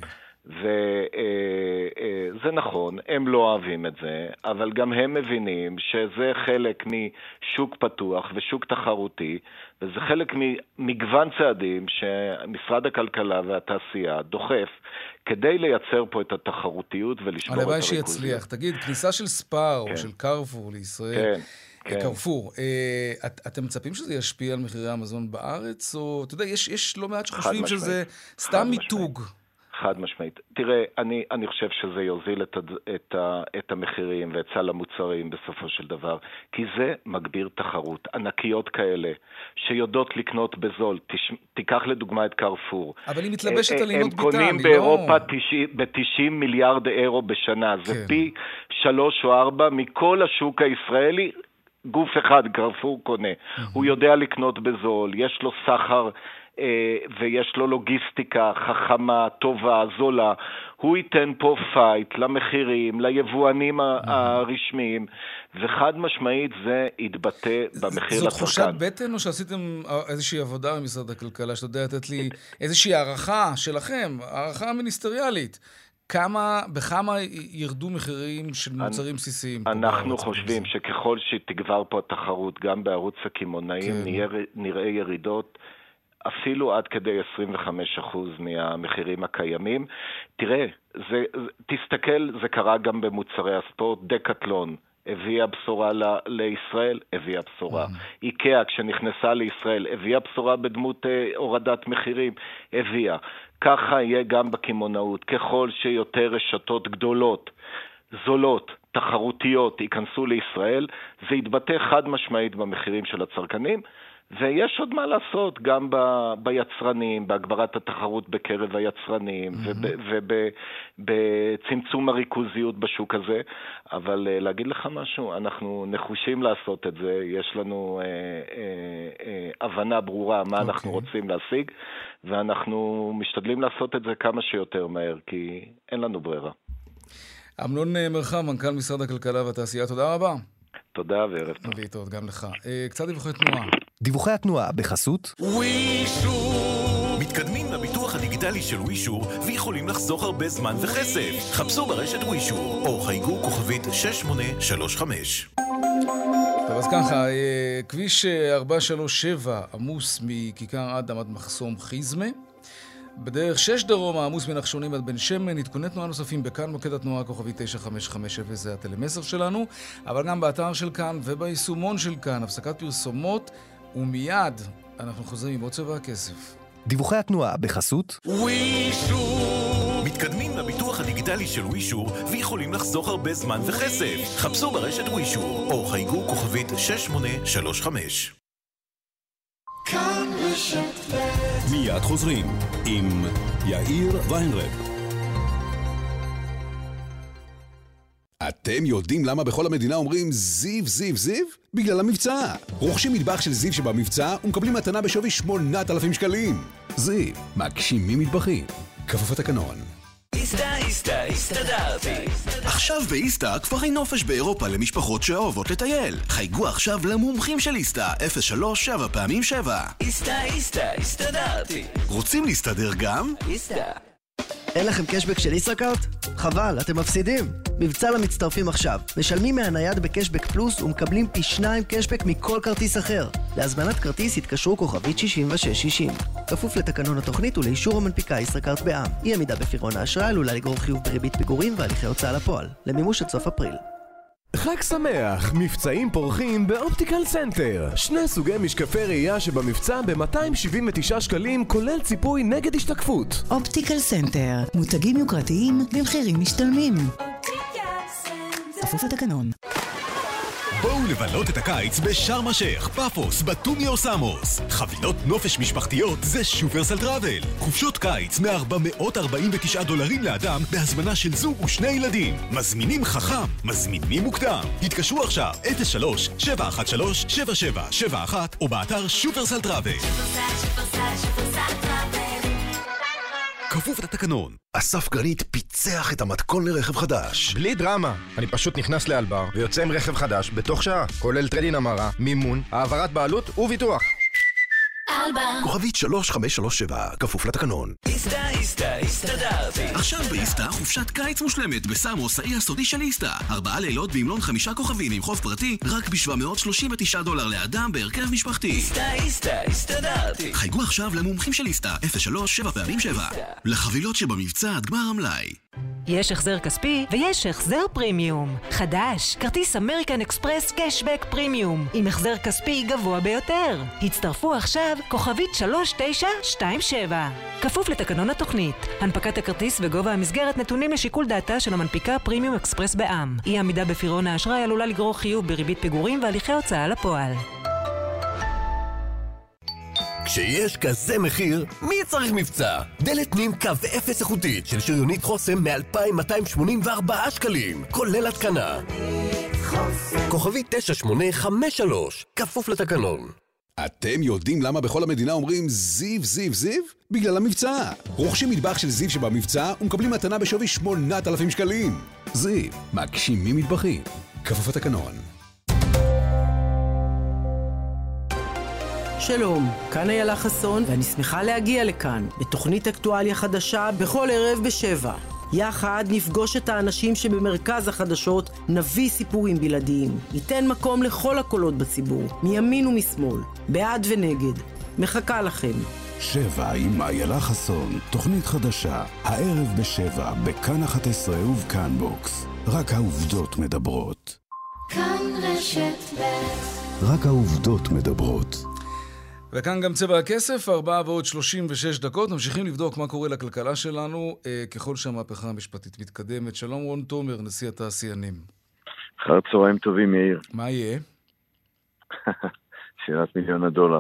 Speaker 19: וזה נכון, הם לא אוהבים את זה, אבל גם הם מבינים שזה חלק משוק פתוח ושוק תחרותי, וזה חלק ממגוון צעדים שמשרד הכלכלה והתעשייה דוחף, כדי לייצר פה את התחרותיות ולשבור את הריכוזיות.
Speaker 15: הלוואי שיצליח. תגיד, כניסה של ספאר כן. או של קרפור לישראל,
Speaker 19: כן.
Speaker 13: כן. קרפור. אה, את, אתם מצפים שזה ישפיע על מחירי המזון בארץ? או, אתה יודע, יש, יש לא מעט שחושבים שזה סתם מיתוג.
Speaker 19: חד משמעית. תראה, אני, אני חושב שזה יוזיל את, את, את המחירים ואת סל המוצרים בסופו של דבר, כי זה מגביר תחרות. ענקיות כאלה, שיודעות לקנות בזול, תש, תיקח לדוגמה את קרפור.
Speaker 13: אבל היא מתלבשת על עינות ביטן.
Speaker 19: הם קונים באירופה ב-תשעים מיליארד אירו בשנה. זה כן. פי שלוש או ארבע מכל השוק הישראלי, גוף אחד, קרפור קונה. Mm-hmm. הוא יודע לקנות בזול, יש לו סחר, ויש לו לוגיסטיקה חכמה, טובה, זולה. הוא ייתן פה פייט למחירים, ליבואנים הרשמיים, וחד משמעית זה יתבטא במחיר לצרכן.
Speaker 13: זאת תחושת בטן או שעשיתם איזושהי עבודה במשרד הכלכלה, שאתה יודע לתת לי איזושהי הערכה שלכם, הערכה מיניסטריאלית? כמה, בכמה ירדו מחירים של מוצרים בסיסיים?
Speaker 19: אנחנו חושבים שככל שתגבר פה התחרות, גם בערוץ הקמעונאים, נראה ירידות אפילו עד כדי עשרים וחמישה אחוז מהמחירים הקיימים. תראה, זה, תסתכל, זה קרה גם במוצרי הספורט. דקטלון הביאה בשורה ל, לישראל, הביאה בשורה. Mm-hmm. איקאה, כשנכנסה לישראל, הביאה בשורה בדמות אה, הורדת מחירים, הביאה. ככה יהיה גם בקמעונאות. ככל שיותר רשתות גדולות, זולות, תחרותיות, ייכנסו לישראל, זה יתבטא חד משמעית במחירים של הצרכנים, ויש עוד מה לעשות, גם ב- ביצרנים, בהגברת התחרות בקרב היצרנים, mm-hmm. ובצמצום הריכוזיות בשוק הזה. אבל uh, להגיד לך משהו, אנחנו נחושים לעשות את זה, יש לנו uh, uh, uh, הבנה ברורה מה okay. אנחנו רוצים להשיג, ואנחנו משתדלים לעשות את זה כמה שיותר מהר, כי אין לנו ברירה.
Speaker 13: אמנון מרחב, מנכ"ל משרד הכלכלה והתעשייה, תודה רבה.
Speaker 19: תודה וערב טוב.
Speaker 13: להתראות גם לך. קצת דיווחי תנועה.
Speaker 20: דיווחי התנועה בחסות
Speaker 6: ווישור. מתקדמים לביטוח הדיגיטלי של ווישור ויכולים לחסוך הרבה זמן וכסף. חפשו ברשת ווישור או חייגו כוכבית שש שמונה שלוש חמש.
Speaker 13: טוב, אז ככה, כביש ארבע שלוש שבע עמוס מכיכר אדם עד מחסום חיזמה. בדרך שש דרום העמוס מנחשונים עד בן שמן. עדכוני תנועה נוספים בכאן מוקד התנועה כוכבי תשע חמש חמש אפס, זה הטלמסר שלנו, אבל גם באתר של כאן וביישומון של כאן. הפסקת פרסומות ומיד אנחנו חוזרים עם עוד צבע הכסף.
Speaker 20: דיווחי התנועה בחסות
Speaker 6: ווישור. מתקדמים לביטוח הדיגיטלי של ווישור ויכולים לחסוך הרבה זמן וכסף. חפשו ברשת ווישור או חייגו כוכבית שש שמונה שלוש חמש.
Speaker 7: כאן רשת ב'.
Speaker 2: מיד חוזרים עם יאיר ויינרב. אתם יודעים למה בכל המדינה אומרים זיו, זיו, זיו? בגלל המבצע. רוכשים מטבח של זיו שבמבצע ומקבלים מתנה בשווי שמונת אלפים שקלים. זיו, מגשימים מטבחים. כפוף התקנון.
Speaker 6: איסטה, איסטה, הסתדרתי. עכשיו באיסטה כפרי נופש באירופה למשפחות שאוהבות לטייל. חייגו עכשיו למומחים של איסטה, אפס שלוש שבע פעמים שבע. איסטה, איסטה, הסתדרתי. רוצים להסתדר גם? איסטה.
Speaker 21: אין לכם קשבק של ישראכרט? חבל, אתם מפסידים. מבצע למצטרפים עכשיו. משלמים מהנייד בקשבק פלוס ומקבלים פי שניים קשבק מכל כרטיס אחר. להזמנת כרטיס התקשרו כוכבית שישים ושש שישים. כפוף לתקנון התוכנית ולאישור המנפיקה ישראכרט בע"מ. אי עמידה בפירעון האשראי עלולה לגרור חיוב בריבית פיגורים והליכי הוצאה לפועל. למימוש עד סוף אפריל.
Speaker 22: חג שמח, מבצעים פורחים באופטיקל סנטר. שני סוגי משקפי ראייה שבמבצע ב-מאתיים שבעים ותשעה שקלים, כולל ציפוי נגד השתקפות.
Speaker 23: אופטיקל סנטר, מותגים יוקרתיים במחירים משתלמים. כפוף לתקנון.
Speaker 6: בואו לבלות את הקיץ בשארם א-שייח, פאפוס, בתומי או סמוס. חבילות נופש משפחתיות זה שופרסל טראבל. חופשות קיץ מ-ארבע מאות ארבעים ותשעה דולרים לאדם בהזמנה של זוג ושני ילדים. מזמינים חכם, מזמינים מוקדם. התקשרו עכשיו אפס שלוש שבע אחת שלוש שבע שבע שבע אחת או באתר שופרסל טראבל. שופרסל, שופרסל, שופרסל טראבל. כפוף לתקנון.
Speaker 11: אסף גרנית פיצח את המתכון לרכב חדש.
Speaker 24: בלי דרמה. אני פשוט נכנס לאלבר ויוצא עם רכב חדש בתוך שעה. כולל טרדין המרה, מימון, העברת בעלות וביטוח.
Speaker 7: אלבר.
Speaker 11: כוכבית שלוש חמש שלוש שבע, כפוף לתקנון.
Speaker 6: איסטה, איסטה, הסתדרתי.
Speaker 11: עכשיו באיסטה חופשת קיץ מושלמת בסמוס, האי הסודי של איסטה. ארבעה לילות במלון חמישה כוכבים עם חוף פרטי, רק ב-שבע מאות שלושים ותשעה דולר לאדם בהרכב משפחתי.
Speaker 6: איסטה, איסטה, הסתדרתי.
Speaker 11: חייגו עכשיו למומחים של איסטה, אפס שלוש שבע פעמים שבע. לחבילות שבמבצע עד גמר המלאי.
Speaker 1: יש החזר כספי ויש החזר פרימיום. חדש, כרטיס אמריקן אקספרס קשבק פרימיום, עם החזר כספי גבוה ביותר. הצטרפו עכשיו כוכבית שלוש תשע שתיים שבע. כפוף לתקנון התוכנית. הנפקת הכרטיס וגובה המסגרת נתונים לשיקול דעתה של המנפיקה פרימיום אקספרס בע"מ. אי עמידה בפירעון האשראי עלולה לגרור חיוב בריבית פיגורים והליכי הוצאה לפועל.
Speaker 3: כשיש כזה מחיר, מי צריך מבצע? דלת פנים קו אפס איכותית של שריונית חוסם מ-אלפיים מאתיים שמונים וארבעה שקלים, כולל התקנה. כוכבי תשע שמונה חמש שלוש, כפוף לתקנון.
Speaker 2: אתם יודעים למה בכל המדינה אומרים זיו, זיו, זיו? בגלל המבצע. רוכשים מטבח של זיו שבמבצע ומקבלים מתנה בשווי שמונת אלפים שקלים. זיו, מגשימים מטבחים. כפוף לתקנון.
Speaker 4: שלום, כאן איילה חסון, ואני שמחה להגיע לכאן, בתוכנית אקטואליה חדשה בכל ערב בשבע. יחד נפגוש את האנשים שבמרכז החדשות, נביא סיפורים בלעדיים. ניתן מקום לכל הקולות בציבור, מימין ומשמאל, בעד ונגד. מחכה לכם.
Speaker 5: שבע עם איילה חסון, תוכנית חדשה, הערב בשבע, בכאן אחת עשרה ובכאן בוקס. רק העובדות מדברות.
Speaker 7: כאן רשת ב'
Speaker 5: רק העובדות מדברות.
Speaker 13: וכאן גם צבע הכסף, ארבע ועוד שלושים ושש דקות. ממשיכים לבדוק מה קורה לכלכלה שלנו, אה, ככל שהמהפכה המשפטית מתקדמת. שלום רון תומר, נשיא התעשיינים.
Speaker 25: אחר צהריים טובים, יאיר.
Speaker 13: מה יהיה?
Speaker 25: שאלת מיליון הדולר.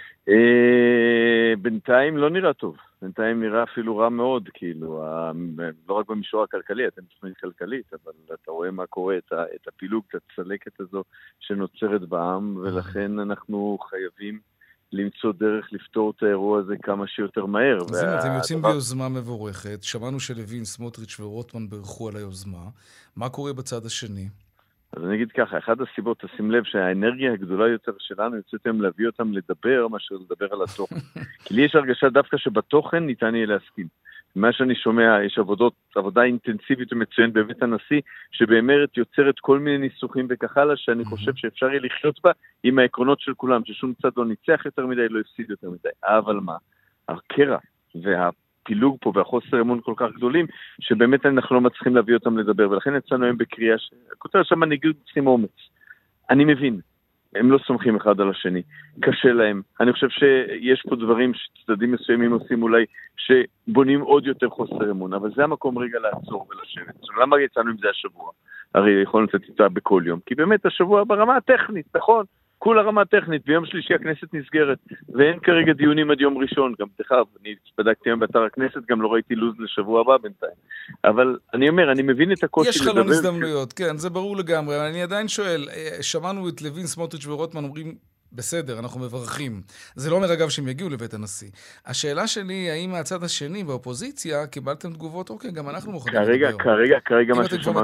Speaker 25: אה, בינתיים לא נראה טוב. בינתיים נראה אפילו רע מאוד, כאילו, ה... לא רק במישור הכלכלי, אתם תוכנית כלכלית, אבל אתה רואה מה קורה, את, ה... את הפילוג, את הצלקת הזו שנוצרת בעם, ולכן אנחנו חייבים למצוא דרך לפתור את האירוע הזה כמה שיותר מהר.
Speaker 13: אז וה... אתם יוצאים הדבר... ביוזמה מבורכת, שמענו שלוין, סמוטריץ' ורוטמן ברכו על היוזמה, מה קורה בצד השני?
Speaker 25: אז אני אגיד ככה, אחד הסיבות, תשים לב שהאנרגיה הגדולה יותר שלנו יוצאתם להביא אותם לדבר, מאשר לדבר על התוכן. כי לי יש הרגשה דווקא שבתוכן ניתן יהיה להסכים. מה שאני שומע, יש עבודות, עבודה אינטנסיבית ומצוין בבית הנשיא, שבאמת יוצרת כל מיני ניסוחים וכך הלאה, שאני חושב שאפשר יהיה לחיות בה עם העקרונות של כולם, ששום צד לא ניצח יותר מדי, לא הפסיד יותר מדי. אבל מה? הקרע והפילוג פה והחוסר אמון כל כך גדולים, שבאמת אנחנו לא מצליחים להביא אותם לדבר, ולכן יצאנו הם בקריאה, כותב שם מנהיגות צריכים אומץ. אני מבין. הם לא סומכים אחד על השני, קשה להם. אני חושב שיש פה דברים שצדדים מסוימים עושים אולי שבונים עוד יותר חוסר אמון, אבל זה המקום רגע לעצור ולשבת. למה יצאנו עם זה השבוע? הרי יכולנו לתת איתה בכל יום, כי באמת השבוע ברמה הטכנית, נכון? כול הרמה הטכנית, ביום שלישי הכנסת נסגרת, ואין כרגע דיונים עד יום ראשון, גם תחב, אני בדקתי היום באתר הכנסת, גם לא ראיתי לוז לשבוע הבא בינתיים. אבל אני אומר, אני מבין את הקושי
Speaker 13: לדבר. יש חלון הזדמנויות, כן, זה ברור לגמרי, אבל אני עדיין שואל, שמענו את לוין, סמוטריץ' ורוטמן אומרים, בסדר, אנחנו מברכים. זה לא אומר אגב שהם יגיעו לבית הנשיא. השאלה שלי, האם מהצד השני, באופוזיציה, קיבלתם תגובות, אוקיי, גם אנחנו מוכנים לדבר.
Speaker 25: כרגע, כרגע, כרגע מה
Speaker 13: ששמענו...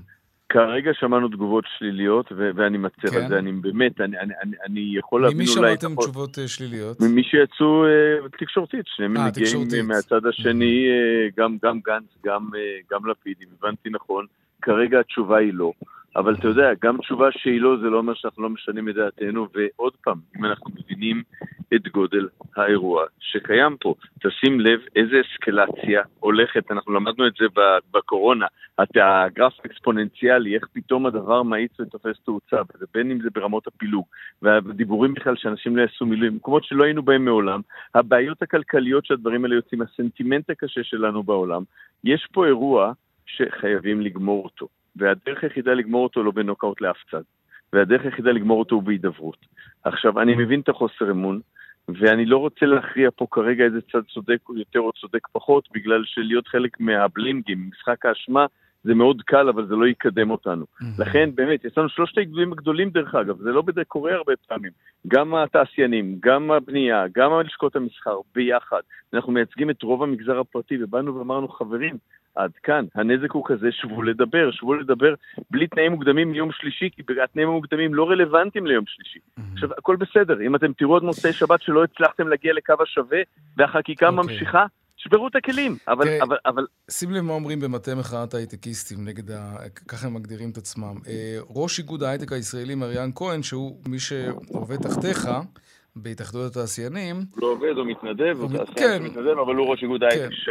Speaker 25: כרגע שמענו תגובות שליליות, ו- ואני מצר כן. על זה, אני באמת, אני, אני, אני, אני יכול להבין
Speaker 13: אולי...
Speaker 25: ממי
Speaker 13: שמעתם תשובות שליליות?
Speaker 25: ממי שיצאו uh, תקשורתית, שניהם מגיעים מהצד השני, uh, גם, גם גנץ, גם, uh, גם לפיד, אם הבנתי נכון, כרגע התשובה היא לא. אבל אתה יודע, גם תשובה שהיא לא, זה לא אומר שאנחנו לא משנים את דעתנו, ועוד פעם, אם אנחנו מבינים את גודל האירוע שקיים פה, תשים לב איזה אסקלציה הולכת, אנחנו למדנו את זה בקורונה, הגרף האקספוננציאלי, איך פתאום הדבר מאיץ ותופס תאוצה, בין אם זה ברמות הפילוג, והדיבורים בכלל שאנשים לא יעשו מילואים, מקומות שלא היינו בהם מעולם, הבעיות הכלכליות שהדברים האלה יוצאים, הסנטימנט הקשה שלנו בעולם, יש פה אירוע שחייבים לגמור אותו. והדרך היחידה לגמור אותו לא בנוקאוט לאף צד. והדרך היחידה לגמור אותו הוא בהידברות. עכשיו, אני מבין את החוסר אמון, ואני לא רוצה להכריע פה כרגע איזה צד צודק יותר או צודק פחות, בגלל שלהיות חלק מהבלינגים, משחק האשמה, זה מאוד קל, אבל זה לא יקדם אותנו. לכן, באמת, יש לנו שלושת האיגודים הגדולים דרך אגב, זה לא בדי קורה הרבה פעמים. גם התעשיינים, גם הבנייה, גם הלשכות המסחר, ביחד. אנחנו מייצגים את רוב המגזר הפרטי, ובאנו ואמרנו, חברים, עד כאן, הנזק הוא כזה, שבו לדבר, שבו לדבר בלי תנאים מוקדמים מיום שלישי, כי התנאים המוקדמים לא רלוונטיים ליום שלישי. עכשיו, הכל בסדר, אם אתם תראו עוד מוצאי שבת שלא הצלחתם להגיע לקו השווה, והחקיקה ממשיכה, שברו את הכלים, אבל, אבל, אבל...
Speaker 13: שים לב מה אומרים במטה מחאת ההייטקיסטים, נגד ה... ככה הם מגדירים את עצמם. ראש איגוד ההייטק הישראלי, מריאן כהן, שהוא מי שעובד תחתיך, בהתאחדות התעשיינים.
Speaker 25: הוא לא עובד, הוא מתנדב, הוא מתנדב, אבל הוא ראש איגוד ההייטק שייך תחתיו.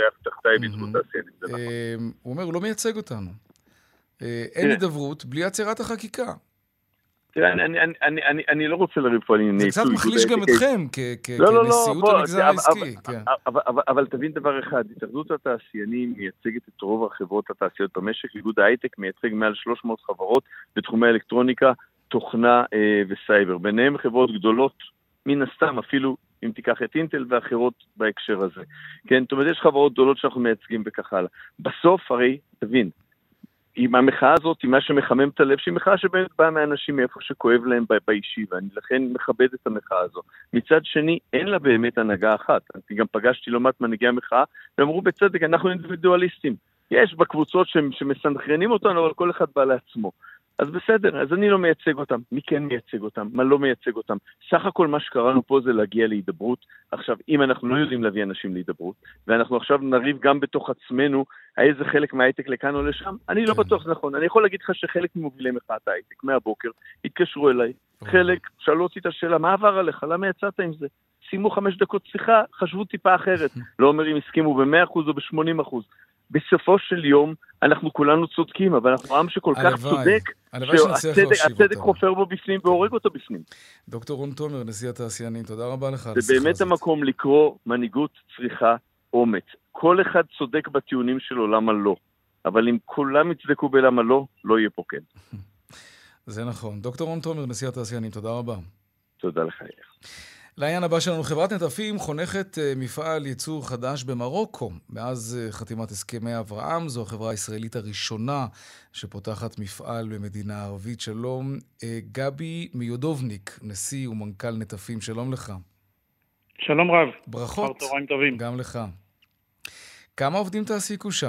Speaker 25: מתי הם ייצגו תעשיינים.
Speaker 13: הוא אומר, הוא לא מייצג אותנו. אין הידברות בלי עצירת החקיקה.
Speaker 25: תראה, אני לא רוצה לריב פה על ענייני...
Speaker 13: זה קצת מחליש גם אתכם, כנשיאות המגזר העסקי.
Speaker 25: אבל תבין דבר אחד, התאחדות התעשיינים מייצגת את רוב החברות התעשיות במשק, איגוד ההייטק מייצג מעל שלוש מאות חברות בתחומי אלקטרוניקה, תוכנה וסייבר. ביניהם חברות גדולות, מן הסתם, אפילו אם תיקח את אינטל ואחרות בהקשר הזה. כן, זאת אומרת, יש חברות גדולות שאנחנו מייצגים וכך הלאה. בסוף, הרי, תבין, עם המחאה הזאת, עם מה שמחמם את הלב, שהיא מחאה שבאמת באה מאנשים מאיפה שכואב להם באישי, ואני לכן מכבד את המחאה הזו. מצד שני, אין לה באמת הנהגה אחת. אני גם פגשתי לא מעט מנהיגי המחאה, ואמרו בצדק, אנחנו אינדיבידואליסטים. יש בקבוצות שמסנכרנים אותנו, אבל כל אחד בא לעצמו. אז בסדר, אז אני לא מייצג אותם. מי כן מייצג אותם? מה לא מייצג אותם? סך הכל מה שקראנו פה זה להגיע להידברות. עכשיו, אם אנחנו לא יודעים להביא אנשים להידברות, ואנחנו עכשיו נריב גם בתוך עצמנו, איזה חלק מההייטק לכאן או לשם, אני לא בטוח זה נכון. אני יכול להגיד לך שחלק ממובילי מחאת ההייטק, מהבוקר, התקשרו אליי. חלק, שאלו אותי את השאלה, מה עבר עליך? למה יצאת עם זה? שימו חמש דקות שיחה, חשבו טיפה אחרת. לא אומר אם הסכימו ב-מאה אחוז או ב-שמונים אחוז. בסופו של יום אנחנו כולנו צודקים, אבל אנחנו עם שכל כך צודק, שהצדק חופר בו בפנים והורג אותו בפנים.
Speaker 13: דוקטור רון תומר, נשיא התעשיינים, תודה רבה לך.
Speaker 25: זה באמת המקום לקרוא מנהיגות צריכה אומץ. כל אחד צודק בטיעונים שלו, למה לא? אבל אם כולם יצדקו בלמה לא, לא יהיה פה כן.
Speaker 13: זה נכון. דוקטור רון תומר, נשיא התעשיינים, תודה רבה.
Speaker 25: תודה לך.
Speaker 13: לעניין הבא שלנו, חברת נטפים חונכת מפעל ייצור חדש במרוקו. מאז חתימת הסכמי אברהם, זו החברה הישראלית הראשונה שפותחת מפעל במדינה ערבית. שלום, גבי מיודובניק, נשיא ומנכ"ל נטפים, שלום לך.
Speaker 8: שלום רב.
Speaker 13: ברכות.
Speaker 8: צהריים טובים.
Speaker 13: גם לך. כמה עובדים תעסיקו שם?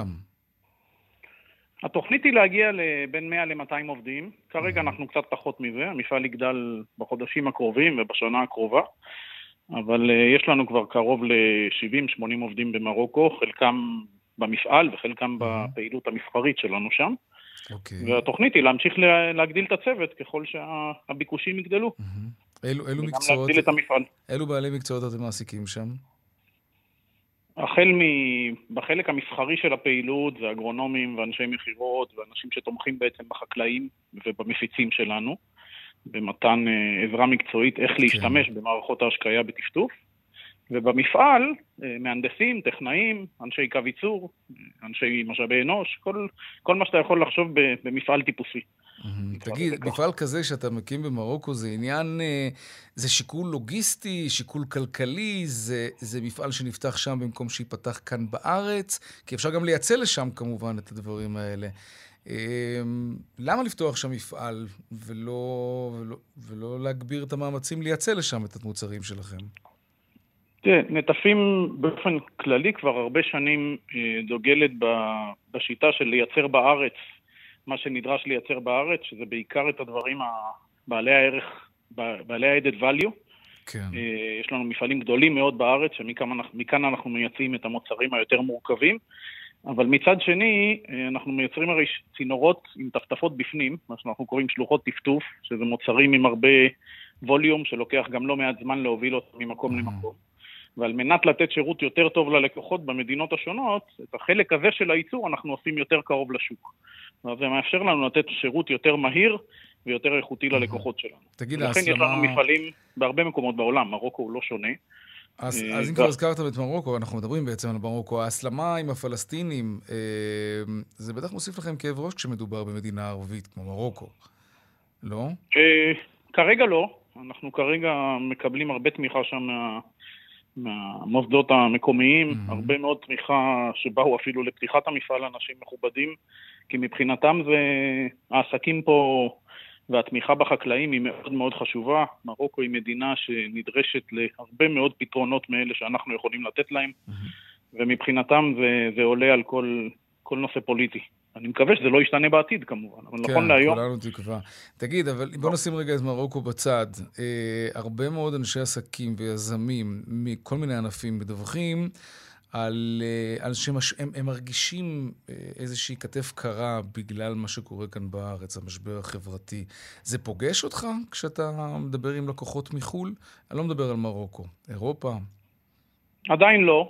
Speaker 8: התוכנית היא להגיע לבין מאה ל-מאתיים עובדים. כרגע אנחנו קצת פחות מזה. המפעל יגדל בחודשים הקרובים ובשנה הקרובה. אבל יש לנו כבר קרוב ל-שבעים שמונים עובדים במרוקו, חלקם במפעל וחלקם בפעילות המסחרית שלנו שם. Okay. והתוכנית היא להמשיך להגדיל את הצוות ככל שהביקושים יגדלו.
Speaker 13: אילו, אילו מקצועות,
Speaker 8: להגדיל את המפעל.
Speaker 13: אילו בעלי מקצועות אתם מעסיקים שם?
Speaker 8: החל בחלק המסחרי של הפעילות זה אגרונומים ואנשי מחירות ואנשים שתומכים בעצם בחקלאים ובמפיצים שלנו, במתן עזרה מקצועית איך להשתמש במערכות ההשקיה בטפטוף. ובמפעל מהנדסים, טכנאים, אנשי קו ייצור, אנשי משאבי אנוש, כל, כל מה שאתה יכול לחשוב במפעל טיפוסי.
Speaker 13: תגיד, מפעל כזה שאתה מקים במרוקו זה עניין, זה שיקול לוגיסטי, שיקול כלכלי, זה, זה מפעל שנפתח שם במקום שיפתח כאן בארץ, כי אפשר גם לייצא לשם כמובן את הדברים האלה. למה לפתוח שם מפעל ולא, ולא, ולא להגביר את המאמצים לייצא לשם את המוצרים שלכם?
Speaker 8: תראה, נטפים באופן כללי כבר הרבה שנים דוגלת בשיטה של לייצר בארץ מה שנדרש לייצר בארץ, שזה בעיקר את הדברים בעלי הערך, בעלי ה-added value.
Speaker 13: כן.
Speaker 8: יש לנו מפעלים גדולים מאוד בארץ, שמכאן אנחנו מייצאים את המוצרים היותר מורכבים, אבל מצד שני, אנחנו מייצרים הרי צינורות עם טפטפות בפנים, מה שאנחנו קוראים שלוחות טפטוף, שזה מוצרים עם הרבה ווליום, שלוקח גם לא מעט זמן להוביל אותם ממקום למקום. ועל מנת לתת שירות יותר טוב ללקוחות במדינות השונות, את החלק הזה של הייצור אנחנו עושים יותר קרוב לשוק. וזה מאפשר לנו לתת שירות יותר מהיר ויותר איכותי ללקוחות שלנו.
Speaker 13: תגיד,
Speaker 8: לכן יש לנו מפעלים בהרבה מקומות בעולם, מרוקו הוא לא שונה.
Speaker 13: אז, אז אם כבר הזכרתם את מרוקו, אנחנו מדברים בעצם על מרוקו, ההסלמה עם הפלסטינים, זה בטח מוסיף לכם כאב ראש כשמדובר במדינה ערבית כמו מרוקו, לא?
Speaker 8: כרגע לא. אנחנו כרגע מקבלים הרבה תמיכה שם מה... מהמוסדות המקומיים, mm-hmm. הרבה מאוד תמיכה שבאו אפילו לפתיחת המפעל אנשים מכובדים, כי מבחינתם זה, העסקים פה והתמיכה בחקלאים היא מאוד מאוד חשובה. מרוקו היא מדינה שנדרשת להרבה מאוד פתרונות מאלה שאנחנו יכולים לתת להם, mm-hmm. ומבחינתם זה, זה עולה על כל, כל נושא פוליטי. אני מקווה שזה לא ישתנה בעתיד כמובן, אבל
Speaker 13: כן,
Speaker 8: נכון להיום...
Speaker 13: כן, כולנו תקווה. תגיד, אבל בוא נשים רגע את מרוקו בצד. אה, הרבה מאוד אנשי עסקים ויזמים מכל מיני ענפים מדווחים על, אה, על שהם הם, הם מרגישים אה, איזושהי כתף קרה בגלל מה שקורה כאן בארץ, המשבר החברתי. זה פוגש אותך כשאתה מדבר עם לקוחות מחול? אני לא מדבר על מרוקו. אירופה?
Speaker 8: עדיין לא.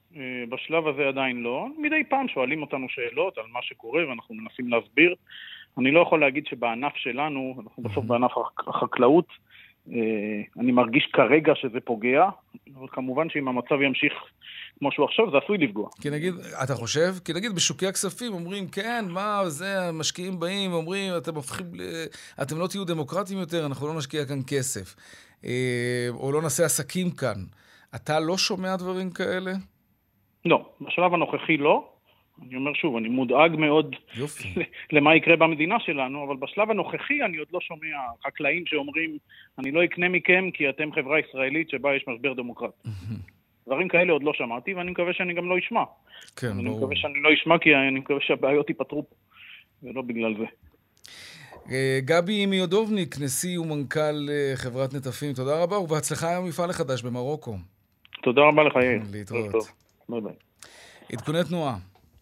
Speaker 8: בשלב הזה עדיין לא. מדי פעם שואלים אותנו שאלות על מה שקורה ואנחנו מנסים להסביר. אני לא יכול להגיד שבענף שלנו, אנחנו בסוף בענף החקלאות, אני מרגיש כרגע שזה פוגע, אבל כמובן שאם המצב ימשיך כמו שהוא עכשיו, זה עשוי לפגוע.
Speaker 13: כי נגיד, אתה חושב? כי נגיד בשוקי הכספים אומרים, כן, מה, זה, המשקיעים באים, אומרים, אתם הופכים, אתם לא תהיו דמוקרטיים יותר, אנחנו לא נשקיע כאן כסף, או לא נעשה עסקים כאן. אתה לא שומע דברים כאלה?
Speaker 8: לא, בשלב הנוכחי לא. אני אומר שוב, אני מודאג מאוד למה יקרה במדינה שלנו, אבל בשלב הנוכחי אני עוד לא שומע חקלאים שאומרים, אני לא אקנה מכם כי אתם חברה ישראלית שבה יש משבר דמוקרטי. דברים כאלה עוד לא שמעתי, ואני מקווה שאני גם לא אשמע.
Speaker 13: כן, ברור.
Speaker 8: אני מקווה שאני לא אשמע, כי אני מקווה שהבעיות ייפתרו פה, ולא בגלל זה.
Speaker 13: גבי מיודובניק, נשיא ומנכ"ל חברת נטפים, תודה רבה, ובהצלחה היום מפעל החדש במרוקו.
Speaker 8: תודה רבה לך, יאיר.
Speaker 13: להתראות.
Speaker 8: ביי ביי.
Speaker 13: עדכוני תנועה.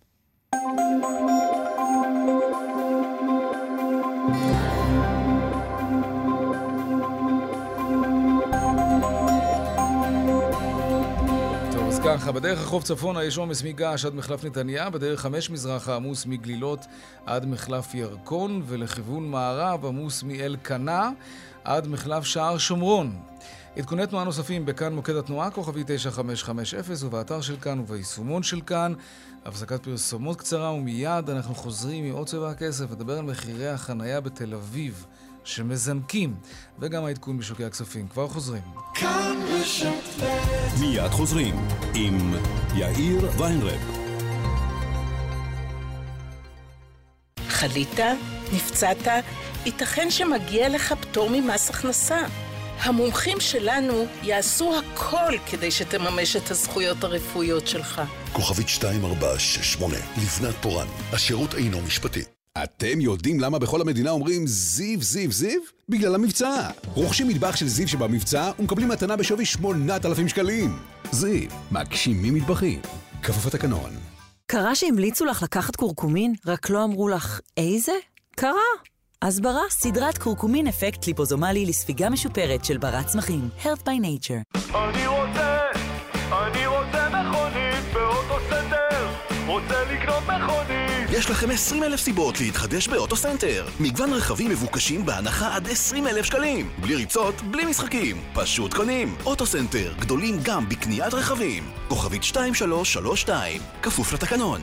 Speaker 13: ככה, בדרך החוף צפונה יש עומס מגעש עד מחלף נתניה, בדרך חמש מזרחה עמוס מגלילות עד מחלף ירקון, ולכיוון מערב עמוס מאל קנה עד מחלף שער שומרון. עדכוני תנועה נוספים בכאן מוקד התנועה, כוכבי תשע חמש חמש אפס, ובאתר של כאן וביישומון של כאן. הפסקת פרסומות קצרה ומיד אנחנו חוזרים מעוד צבע הכסף, לדבר על מחירי החנייה בתל אביב שמזנקים, וגם העדכון בשוקי הכספים. כבר חוזרים.
Speaker 6: מיד חוזרים עם יאיר ויינרב.
Speaker 9: חלית? נפצעת? ייתכן שמגיע לך פטור ממס הכנסה. המומחים שלנו יעשו הכל כדי שתממש את הזכויות הרפואיות שלך.
Speaker 11: כוכבית שתיים ארבע שש שמונה, לבנת פורן, השירות אינו משפטי.
Speaker 2: אתם יודעים למה בכל המדינה אומרים זיו, זיו, זיו? בגלל המבצע. רוכשים מטבח של זיו שבמבצע ומקבלים מתנה בשווי שמונת אלפים שקלים. זיו, מגשימים מטבחים. כפוף התקנון.
Speaker 10: קרה שהמליצו לך לקחת קורקומין, רק לא אמרו לך איזה? קרה. אז ברא סדרת קורקומין אפקט ליפוזומלי לספיגה משופרת של ברת צמחים. Health by Nature.
Speaker 12: אני רוצה, אני רוצה מכונית באוטוסנטר. רוצה לקנות מכונית.
Speaker 3: יש לכם עשרים אלף סיבות להתחדש באוטוסנטר. מגוון רכבים מבוקשים בהנחה עד עשרים אלף שקלים. בלי ריצות, בלי משחקים. פשוט קונים. אוטוסנטר, גדולים גם בקניית רכבים. כוכבית שתיים שלוש שלוש שתיים. כפוף לתקנון.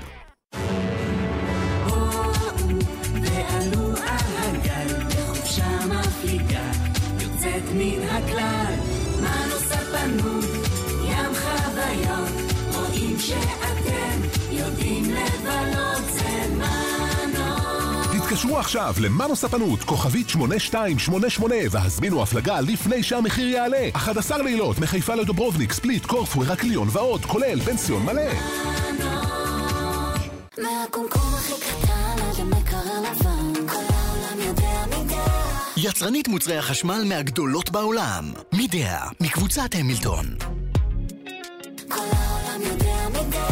Speaker 14: מן הכלל, מנוס הפנות, ים חוויות, רואים שאתם יודעים לבלות, זה מנוס.
Speaker 6: תתקשרו עכשיו למנוס הפנות, כוכבית שמונה שתיים שמונה שמונה, והזמינו הפלגה לפני שהמחיר יעלה. אחד עשר לילות, מחיפה לדוברובניק, ספליט, קורפו, הרקליון ועוד, כולל פנסיון מלא.
Speaker 14: מנוס. מהקומקום הכי קטן עד המקרר לבן, כל העולם יודע מידה.
Speaker 3: יצרנית מוצרי החשמל מהגדולות בעולם. מידע, מקבוצת המילטון.
Speaker 14: כל העולם יודע מידע.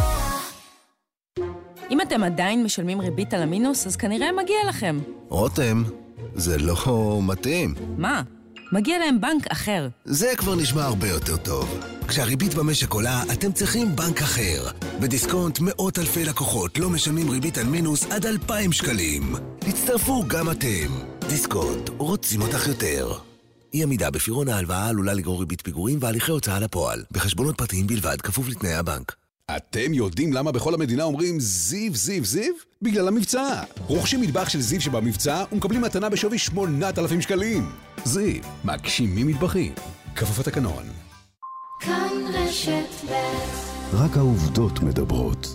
Speaker 16: אם אתם עדיין משלמים ריבית על המינוס, אז כנראה מגיע לכם.
Speaker 3: רותם, זה לא מתאים.
Speaker 16: מה? מגיע להם בנק אחר.
Speaker 3: זה כבר נשמע הרבה יותר טוב. כשהריבית במשק עולה, אתם צריכים בנק אחר. בדיסקונט מאות אלפי לקוחות לא משלמים ריבית על מינוס עד אלפיים שקלים. הצטרפו גם אתם. דיסקונט, רוצים אותך יותר. אי עמידה בפירעון ההלוואה עלולה לגרור ריבית פיגורים והליכי הוצאה לפועל. בחשבונות פרטיים בלבד, כפוף לתנאי הבנק.
Speaker 2: אתם יודעים למה בכל המדינה אומרים זיו, זיו, זיו? בגלל המבצע. רוכשים מטבח של זיו שבמבצע ומקבלים מתנה בשווי שמונת אלפים שקלים. זיו, מגשימים מטבחים. כפוף התקנון.
Speaker 7: כאן רשת ב'
Speaker 5: רק העובדות מדברות.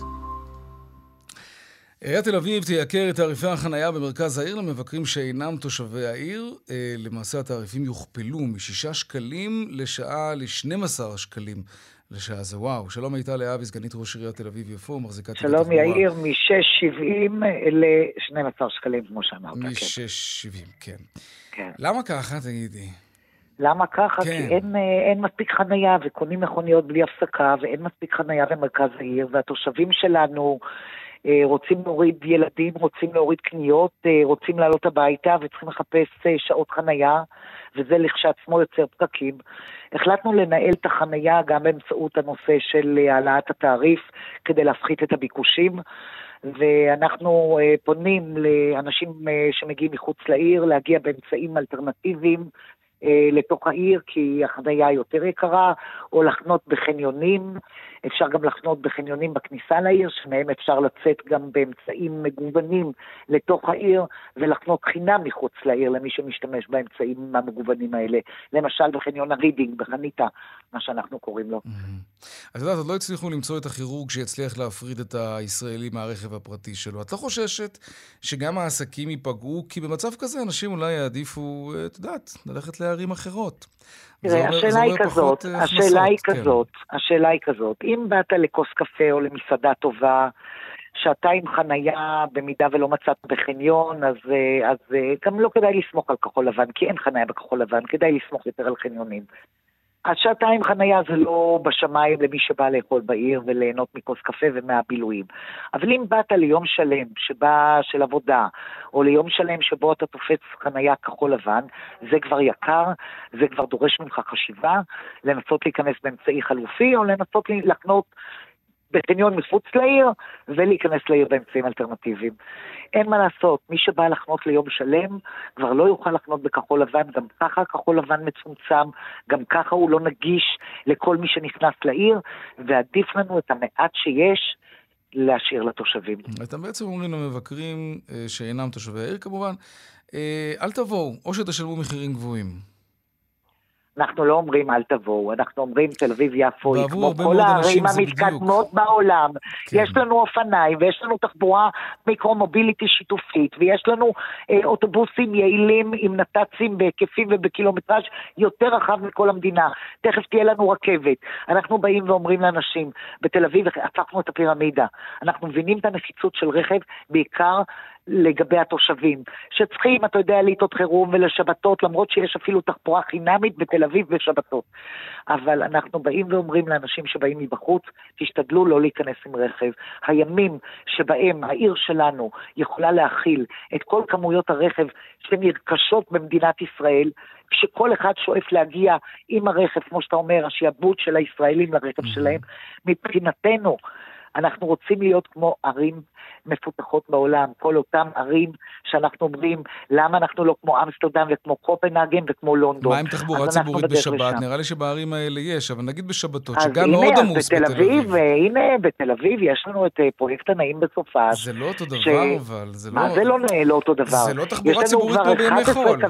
Speaker 13: עיריית תל אביב תייקר את תעריפי החנייה במרכז העיר למבקרים שאינם תושבי העיר. למעשה התעריפים יוכפלו משישה שקלים לשעה ל-שנים עשר שקלים לשעה. זה וואו. שלום הייתה לאבי, סגנית ראש עיריית תל אביב יפו, מחזיקת...
Speaker 26: שלום יאיר, מ-שש שבעים ל-שנים עשר שקלים כמו שאמרת.
Speaker 13: מ-שש שבעים, כן.
Speaker 26: כן.
Speaker 13: למה ככה, תגידי?
Speaker 26: למה ככה?
Speaker 13: כן.
Speaker 26: כי אין, אין מספיק חנייה וקונים מכוניות בלי הפסקה, ואין מספיק חנייה במרכז העיר, והתושבים שלנו רוצים להוריד ילדים, רוצים להוריד קניות, רוצים לעלות הביתה וצריכים לחפש שעות חנייה, וזה לכשעצמו יוצר פקקים. החלטנו לנהל את החנייה גם באמצעות הנושא של העלאת התעריף, כדי להפחית את הביקושים, ואנחנו פונים לאנשים שמגיעים מחוץ לעיר, להגיע באמצעים אלטרנטיביים, לתוך העיר, כי החנייה יותר יקרה, או לחנות בחניונים. אפשר גם לחנות בחניונים בכניסה לעיר, שמהם אפשר לצאת גם באמצעים מגוונים לתוך העיר, ולחנות חינם מחוץ לעיר למי שמשתמש באמצעים המגוונים האלה. למשל בחניון הרידינג, בחניתה, מה שאנחנו קוראים לו.
Speaker 13: אז יודעת, עוד לא הצליחו למצוא את הכירורג שיצליח להפריד את הישראלי מהרכב הפרטי שלו. את לא חוששת שגם העסקים ייפגעו, כי במצב כזה אנשים אולי יעדיפו, את יודעת, ללכת לערים אחרות.
Speaker 26: תראה, השאלה היא כזאת, השאלה היא כזאת, השאלה היא כזאת, אם באת לכוס קפה או למסעדה טובה, שעתיים חנייה במידה ולא מצאת בחניון, אז, אז גם לא כדאי לסמוך על כחול לבן, כי אין חנייה בכחול לבן, כדאי לסמוך יותר על חניונים. אז שעתיים חנייה זה לא בשמיים למי שבא לאכול בעיר וליהנות מכוס קפה ומהבילויים. אבל אם באת ליום שלם שבא של עבודה, או ליום שלם שבו אתה תופץ חנייה כחול לבן, זה כבר יקר, זה כבר דורש ממך חשיבה, לנסות להיכנס באמצעי חלופי, או לנסות לחנות בחניון מחוץ לעיר, ולהיכנס לעיר באמצעים אלטרנטיביים. אין מה לעשות, מי שבא לחנות ליום שלם, כבר לא יוכל לחנות בכחול לבן, גם ככה כחול לבן מצומצם, גם ככה הוא לא נגיש לכל מי שנכנס לעיר, ועדיף לנו את המעט שיש להשאיר לתושבים.
Speaker 13: אתם בעצם אומרים למבקרים שאינם תושבי העיר כמובן, אל תבואו, או שתשלמו מחירים גבוהים.
Speaker 26: אנחנו לא אומרים אל תבואו, אנחנו אומרים תל אביב יפו, כמו כל הערים המתקדמות בעולם. כן. יש לנו אופניים, ויש לנו תחבורה מיקרו-מוביליטי שיתופית, ויש לנו אה, אוטובוסים יעילים עם נת"צים בהיקפים ובקילומטראז' יותר רחב מכל המדינה. תכף תהיה לנו רכבת. אנחנו באים ואומרים לאנשים, בתל אביב הפכנו את הפירמידה. אנחנו מבינים את הנחיצות של רכב, בעיקר לגבי התושבים, שצריכים, אתה יודע, לעיתות חירום ולשבתות, למרות שיש אפילו תחבורה חינמית בתל אביב בשבתות. אבל אנחנו באים ואומרים לאנשים שבאים מבחוץ, תשתדלו לא להיכנס עם רכב. הימים שבהם העיר שלנו יכולה להכיל את כל כמויות הרכב שנרכשות במדינת ישראל, כשכל אחד שואף להגיע עם הרכב, כמו שאתה אומר, השיעבוד של הישראלים לרכב שלהם, מבחינתנו, אנחנו רוצים להיות כמו ערים מפותחות בעולם, כל אותם ערים שאנחנו אומרים, למה אנחנו לא כמו אמסטרדם וכמו קופנהגן וכמו לונדון.
Speaker 13: מה עם תחבורה ציבורית בשבת? נראה לי שבערים האלה יש, אבל נגיד בשבתות, שגם מאוד עמוס בתל אביב.
Speaker 26: הנה, בתל אביב יש לנו את פרויקט הנעים בסופש.
Speaker 13: זה לא אותו דבר, אבל זה לא...
Speaker 26: מה זה לא אותו דבר?
Speaker 13: זה לא תחבורה ציבורית פה בימי חול.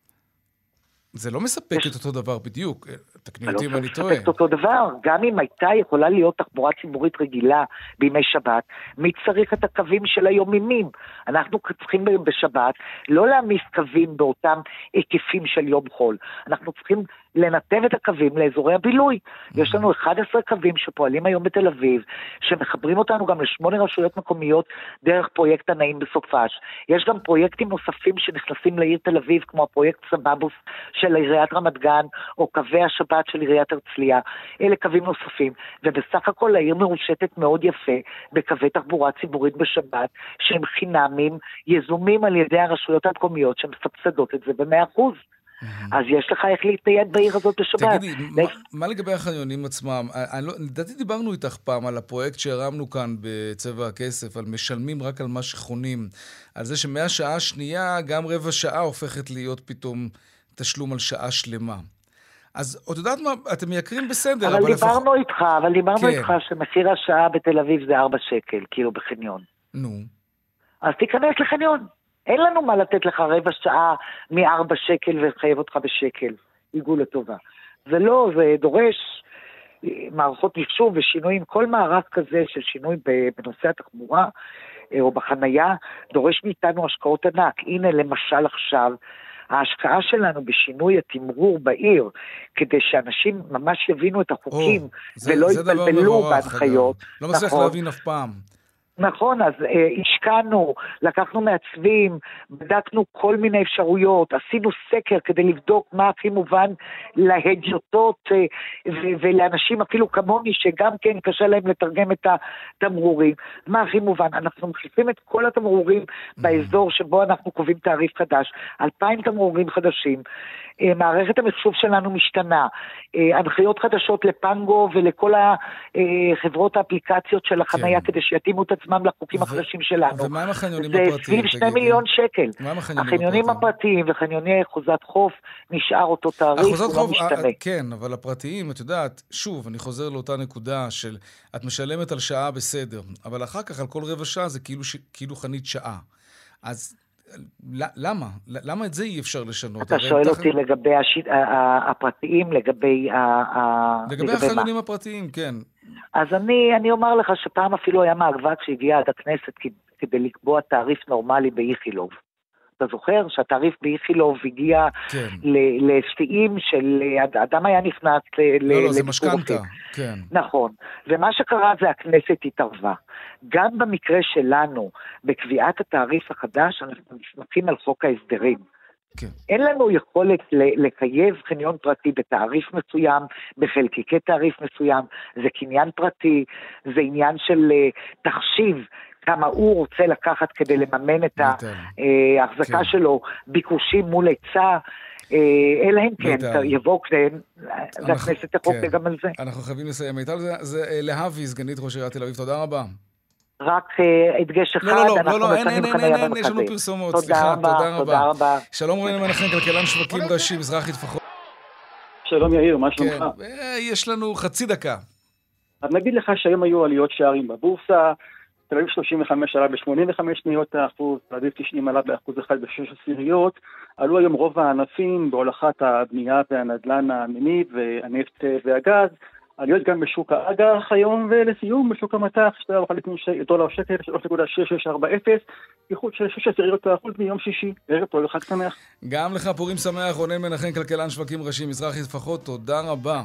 Speaker 13: זה לא מספק את אותו דבר בדיוק, תקני אותי אם אני טועה.
Speaker 26: לא מספק את אותו דבר, גם אם הייתה יכולה להיות תחבורה ציבורית רגילה בימי שבת, מי צריך את הקווים של היומימים? אנחנו צריכים בשבת לא להעמיס קווים באותם היקפים של יום חול, אנחנו צריכים לנתב את הקווים לאזורי הבילוי. יש לנו אחד עשר קווים שפועלים היום בתל אביב, שמחברים אותנו גם לשמונה רשויות מקומיות דרך פרויקט הנעים בסופש. יש גם פרויקטים נוספים שנכנסים לעיר תל אביב, כמו הפרויקט סבבוס של עיריית רמת גן, או קווי השבת של עיריית הרצליה. אלה קווים נוספים, ובסך הכל העיר מרושתת מאוד יפה בקווי תחבורה ציבורית בשבת, שהם חינמים, יזומים על ידי הרשויות המקומיות שמסבסדות את זה ב-מאה אחוז. אז יש לך איך להתנייד בעיר הזאת בשבת.
Speaker 13: תגידי, מה לגבי החניונים עצמם? לדעתי דיברנו איתך פעם על הפרויקט שהרמנו כאן בצבע הכסף, על משלמים רק על מה שחונים, על זה שמהשעה השנייה גם רבע שעה הופכת להיות פתאום תשלום על שעה שלמה. אז עוד יודעת מה, אתם מייקרים בסדר,
Speaker 26: אבל דיברנו איתך, אבל דיברנו איתך שמחיר השעה בתל אביב זה ארבע שקל, כאילו בחניון.
Speaker 13: נו.
Speaker 26: אז תיכנס לחניון. אין לנו מה לתת לך רבע שעה מארבע שקל וחייב אותך בשקל. עיגול לטובה. זה לא, זה דורש מערכות מחשוב ושינויים. כל מערך כזה של שינוי בנושא התחבורה או בחנייה, דורש מאיתנו השקעות ענק. הנה למשל עכשיו, ההשקעה שלנו בשינוי התמרור בעיר, כדי שאנשים ממש יבינו את החוקים, ולא יתבלבלו בהנחיות.
Speaker 13: לא מצליח להבין אף פעם.
Speaker 26: נכון, אז אה, השקענו, לקחנו מעצבים, בדקנו כל מיני אפשרויות, עשינו סקר כדי לבדוק מה הכי מובן להדיוטות אה, ו- ולאנשים אפילו כמוני שגם כן קשה להם לתרגם את התמרורים. מה הכי מובן? אנחנו מחליפים את כל התמרורים באזור שבו אנחנו קובעים תעריף חדש, אלפיים תמרורים חדשים, אה, מערכת המחשוב שלנו משתנה, אה, הנחיות חדשות לפנגו ולכל החברות האפליקציות של החנייה כן. כדי שיתאימו את עצמם לחוקים ו... החדשים שלנו.
Speaker 13: ומה עם החניונים הפרטיים?
Speaker 26: זה סביב שני מיליון שקל.
Speaker 13: מה עם החניונים,
Speaker 26: החניונים הפרטיים וחניוני אחוזת חוף נשאר אותו תעריף, הוא לא משתנה.
Speaker 13: כן, אבל הפרטיים, את יודעת, שוב, אני חוזר לאותה נקודה של, את משלמת על שעה בסדר, אבל אחר כך על כל רבע שעה זה כאילו, ש... כאילו חנית שעה. אז למה? למה את זה אי אפשר לשנות?
Speaker 26: אתה שואל אותי לגבי הפרטיים, לגבי
Speaker 13: לגבי החניונים הפרטיים, כן.
Speaker 26: אז אני, אני אומר לך שפעם אפילו היה מאבק שהגיע עד הכנסת כדי לקבוע תעריף נורמלי באיכילוב. אתה זוכר שהתעריף באיכילוב הגיע כן. לשיאים של אדם היה נכנס
Speaker 13: לא, לא, זה משכנתה, כן.
Speaker 26: נכון. ומה שקרה זה הכנסת התערבה. גם במקרה שלנו, בקביעת התעריף החדש, אנחנו נסמכים על חוק ההסדרים. כן. אין לנו יכולת לקייב חניון פרטי בתעריף מסוים, בחלקיקי תעריף מסוים, זה קניין פרטי, זה עניין של תחשיב, כמה הוא רוצה לקחת כדי לממן את ההחזקה כן. שלו, ביקושים מול היצע, אלא אם כן, יבוא כדן, והכנסת תחוק כן. גם על זה.
Speaker 13: אנחנו חייבים לסיים. מיטל, זה, זה להבי, סגנית ראש עיריית תל אביב, תודה רבה.
Speaker 26: רק הדגש אחד,
Speaker 13: לא, לא, לא, אין, אין, אין, אין, יש לנו פרסומות, סליחה, תודה רבה.
Speaker 26: תודה רבה.
Speaker 13: שלום רוני מנחם, כלכלן שווקים ראשי, מזרחי טפחות.
Speaker 15: שלום יאיר, מה שלומך?
Speaker 13: יש לנו חצי דקה.
Speaker 15: אז נגיד לך שהיום היו עליות שערים בבורסה, תל אביב שלושים וחמש עלה ב-שמונים וחמש שניות האחוז, תל אביב תשעים עלה באחוז אחד בשש עשיריות, עלו היום רוב הענפים בהולכת הבנייה והנדל"ן המניב והנפט והגז, עליות גם בשוק האג"ח היום, ולסיום בשוק המטח, שתי וחצי דולר שקל, שלוש נקודה שש שש ארבע אפס, איכות של שש עשיריות האחוז מיום שישי. ערב טוב, חג שמח.
Speaker 13: גם לך פורים שמח, רונן מנחם, כלכלן שווקים ראשי, מזרחי טפחות, תודה רבה.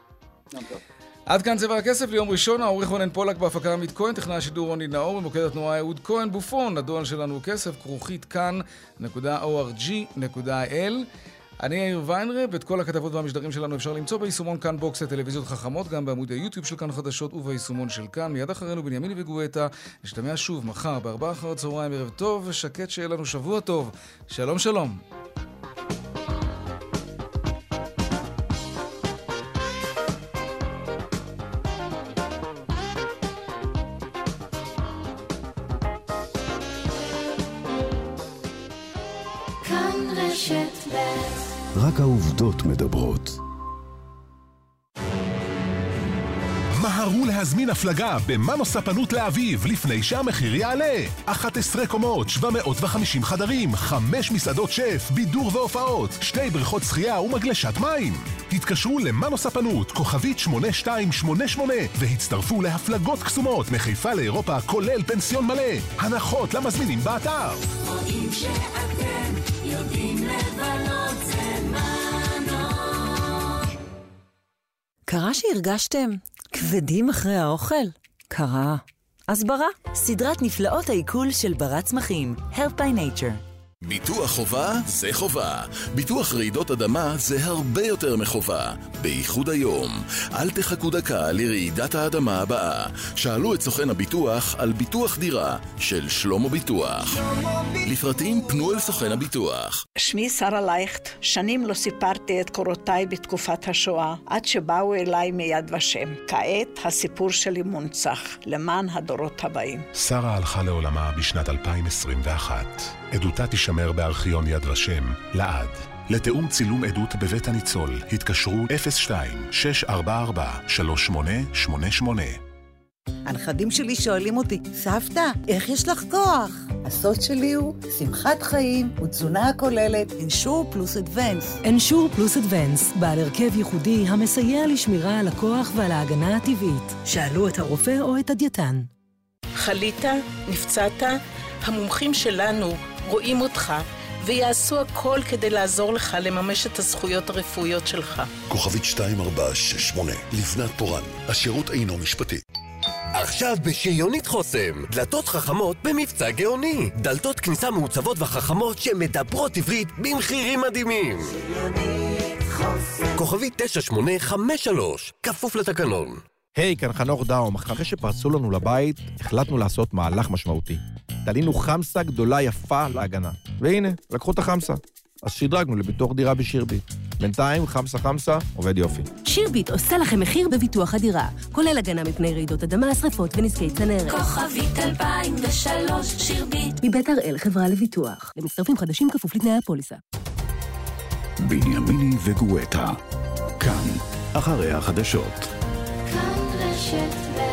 Speaker 13: עד כאן צבע הכסף ליום ראשון, העורך רונן פולק בהפקה עמית כהן, טכנאי השידור רוני נאור, במוקד התנועה אהוד כהן בופון, הדואל שלנו כסף, כרוכית כאן נקודה או אר ג'י נקודה איי אל. אני יאיר ויינרב, ואת כל הכתבות והמשדרים שלנו אפשר למצוא ביישומון כאן בוקס לטלוויזיות חכמות, גם בעמוד היוטיוב של כאן חדשות וביישומון של כאן. מיד אחרינו בנימיני וגואטה, נשתמע שוב מחר בארבעה אחר הצהריים, ערב טוב ושקט, שיהיה לנו שבוע טוב. שלום שלום.
Speaker 5: רק העובדות מדברות.
Speaker 6: מהרו להזמין הפלגה במנו ספנות לאביב לפני שהמחיר יעלה. אחת עשרה קומות, שבע מאות וחמישים חדרים, חמש מסעדות שף, בידור והופעות, שתי בריכות שחייה ומגלשת מים. התקשרו למנו ספנות, כוכבית שמונה שתיים שמונה שמונה, והצטרפו להפלגות קסומות מחיפה לאירופה, כולל פנסיון מלא. הנחות למזמינים באתר. רואים שאתם יודעים לבלות זה מנו.
Speaker 10: קרה שהרגשתם כבדים אחרי האוכל? קרה. הסברה, סדרת נפלאות העיכול של בר צמחים, Health by Nature.
Speaker 3: ביטוח חובה זה חובה. ביטוח רעידות אדמה זה הרבה יותר מחובה. בייחוד היום. אל תחכו דקה לרעידת האדמה הבאה. שאלו את סוכן הביטוח על ביטוח דירה של שלמה ביטוח. לפרטים פנו אל סוכן הביטוח.
Speaker 17: שמי שרה לייכט. שנים לא סיפרתי את קורותיי בתקופת השואה, עד שבאו אליי מיד ושם. כעת הסיפור שלי מונצח למען הדורות הבאים.
Speaker 18: שרה הלכה לעולמה בשנת אלפיים עשרים ואחת. עדותה תשמר בארכיון יד ושם לעד. לתאום צילום עדות בבית הניצול התקשרו אפס שתיים שש ארבע ארבע שלוש שמונה שמונה שמונה.
Speaker 19: הנכדים שלי שואלים אותי, סבתא, איך יש לך כוח? הסוד שלי הוא שמחת חיים ותזונה הכוללת אנשור פלוס אדוונס.
Speaker 1: אנשור פלוס אדוונס, בעל הרכב ייחודי המסייע לשמירה על הכוח ועל ההגנה הטבעית. שאלו את הרופא או את הדייטן.
Speaker 9: חלית, נפצעת, המומחים שלנו רואים אותך ויעשו הכל כדי לעזור לך לממש את הזכויות הרפואיות שלך.
Speaker 11: כוכבית שתיים ארבע שש שמונה, לבנת פורן, השירות אינו משפטי.
Speaker 3: עכשיו בשריונית חוסם, דלתות חכמות במבצע גאוני. דלתות כניסה מעוצבות וחכמות שמדברות עברית במחירים מדהימים. שריונית חוסם. כוכבי תשע שמונה חמש שלוש, כפוף לתקנון.
Speaker 4: היי, hey, כאן חנוך דאום. אחרי שפרצו לנו לבית, החלטנו לעשות מהלך משמעותי. תלינו חמסה גדולה יפה להגנה. והנה, לקחו את החמסה. אז שדרגנו לביטוח דירה בשירביט. בינתיים, חמסה חמסה, עובד יופי.
Speaker 20: שירביט עושה לכם מחיר בביטוח הדירה, כולל הגנה מפני רעידות אדמה, שרפות ונזקי צנרת.
Speaker 14: כוכבית אלפיים ושלוש, שירביט.
Speaker 20: מבית הראל חברה לביטוח. למצטרפים חדשים כפוף לתנאי הפוליסה.
Speaker 5: בנימיני וגואטה. כאן, אחרי החדשות.
Speaker 14: כאן רשת ב'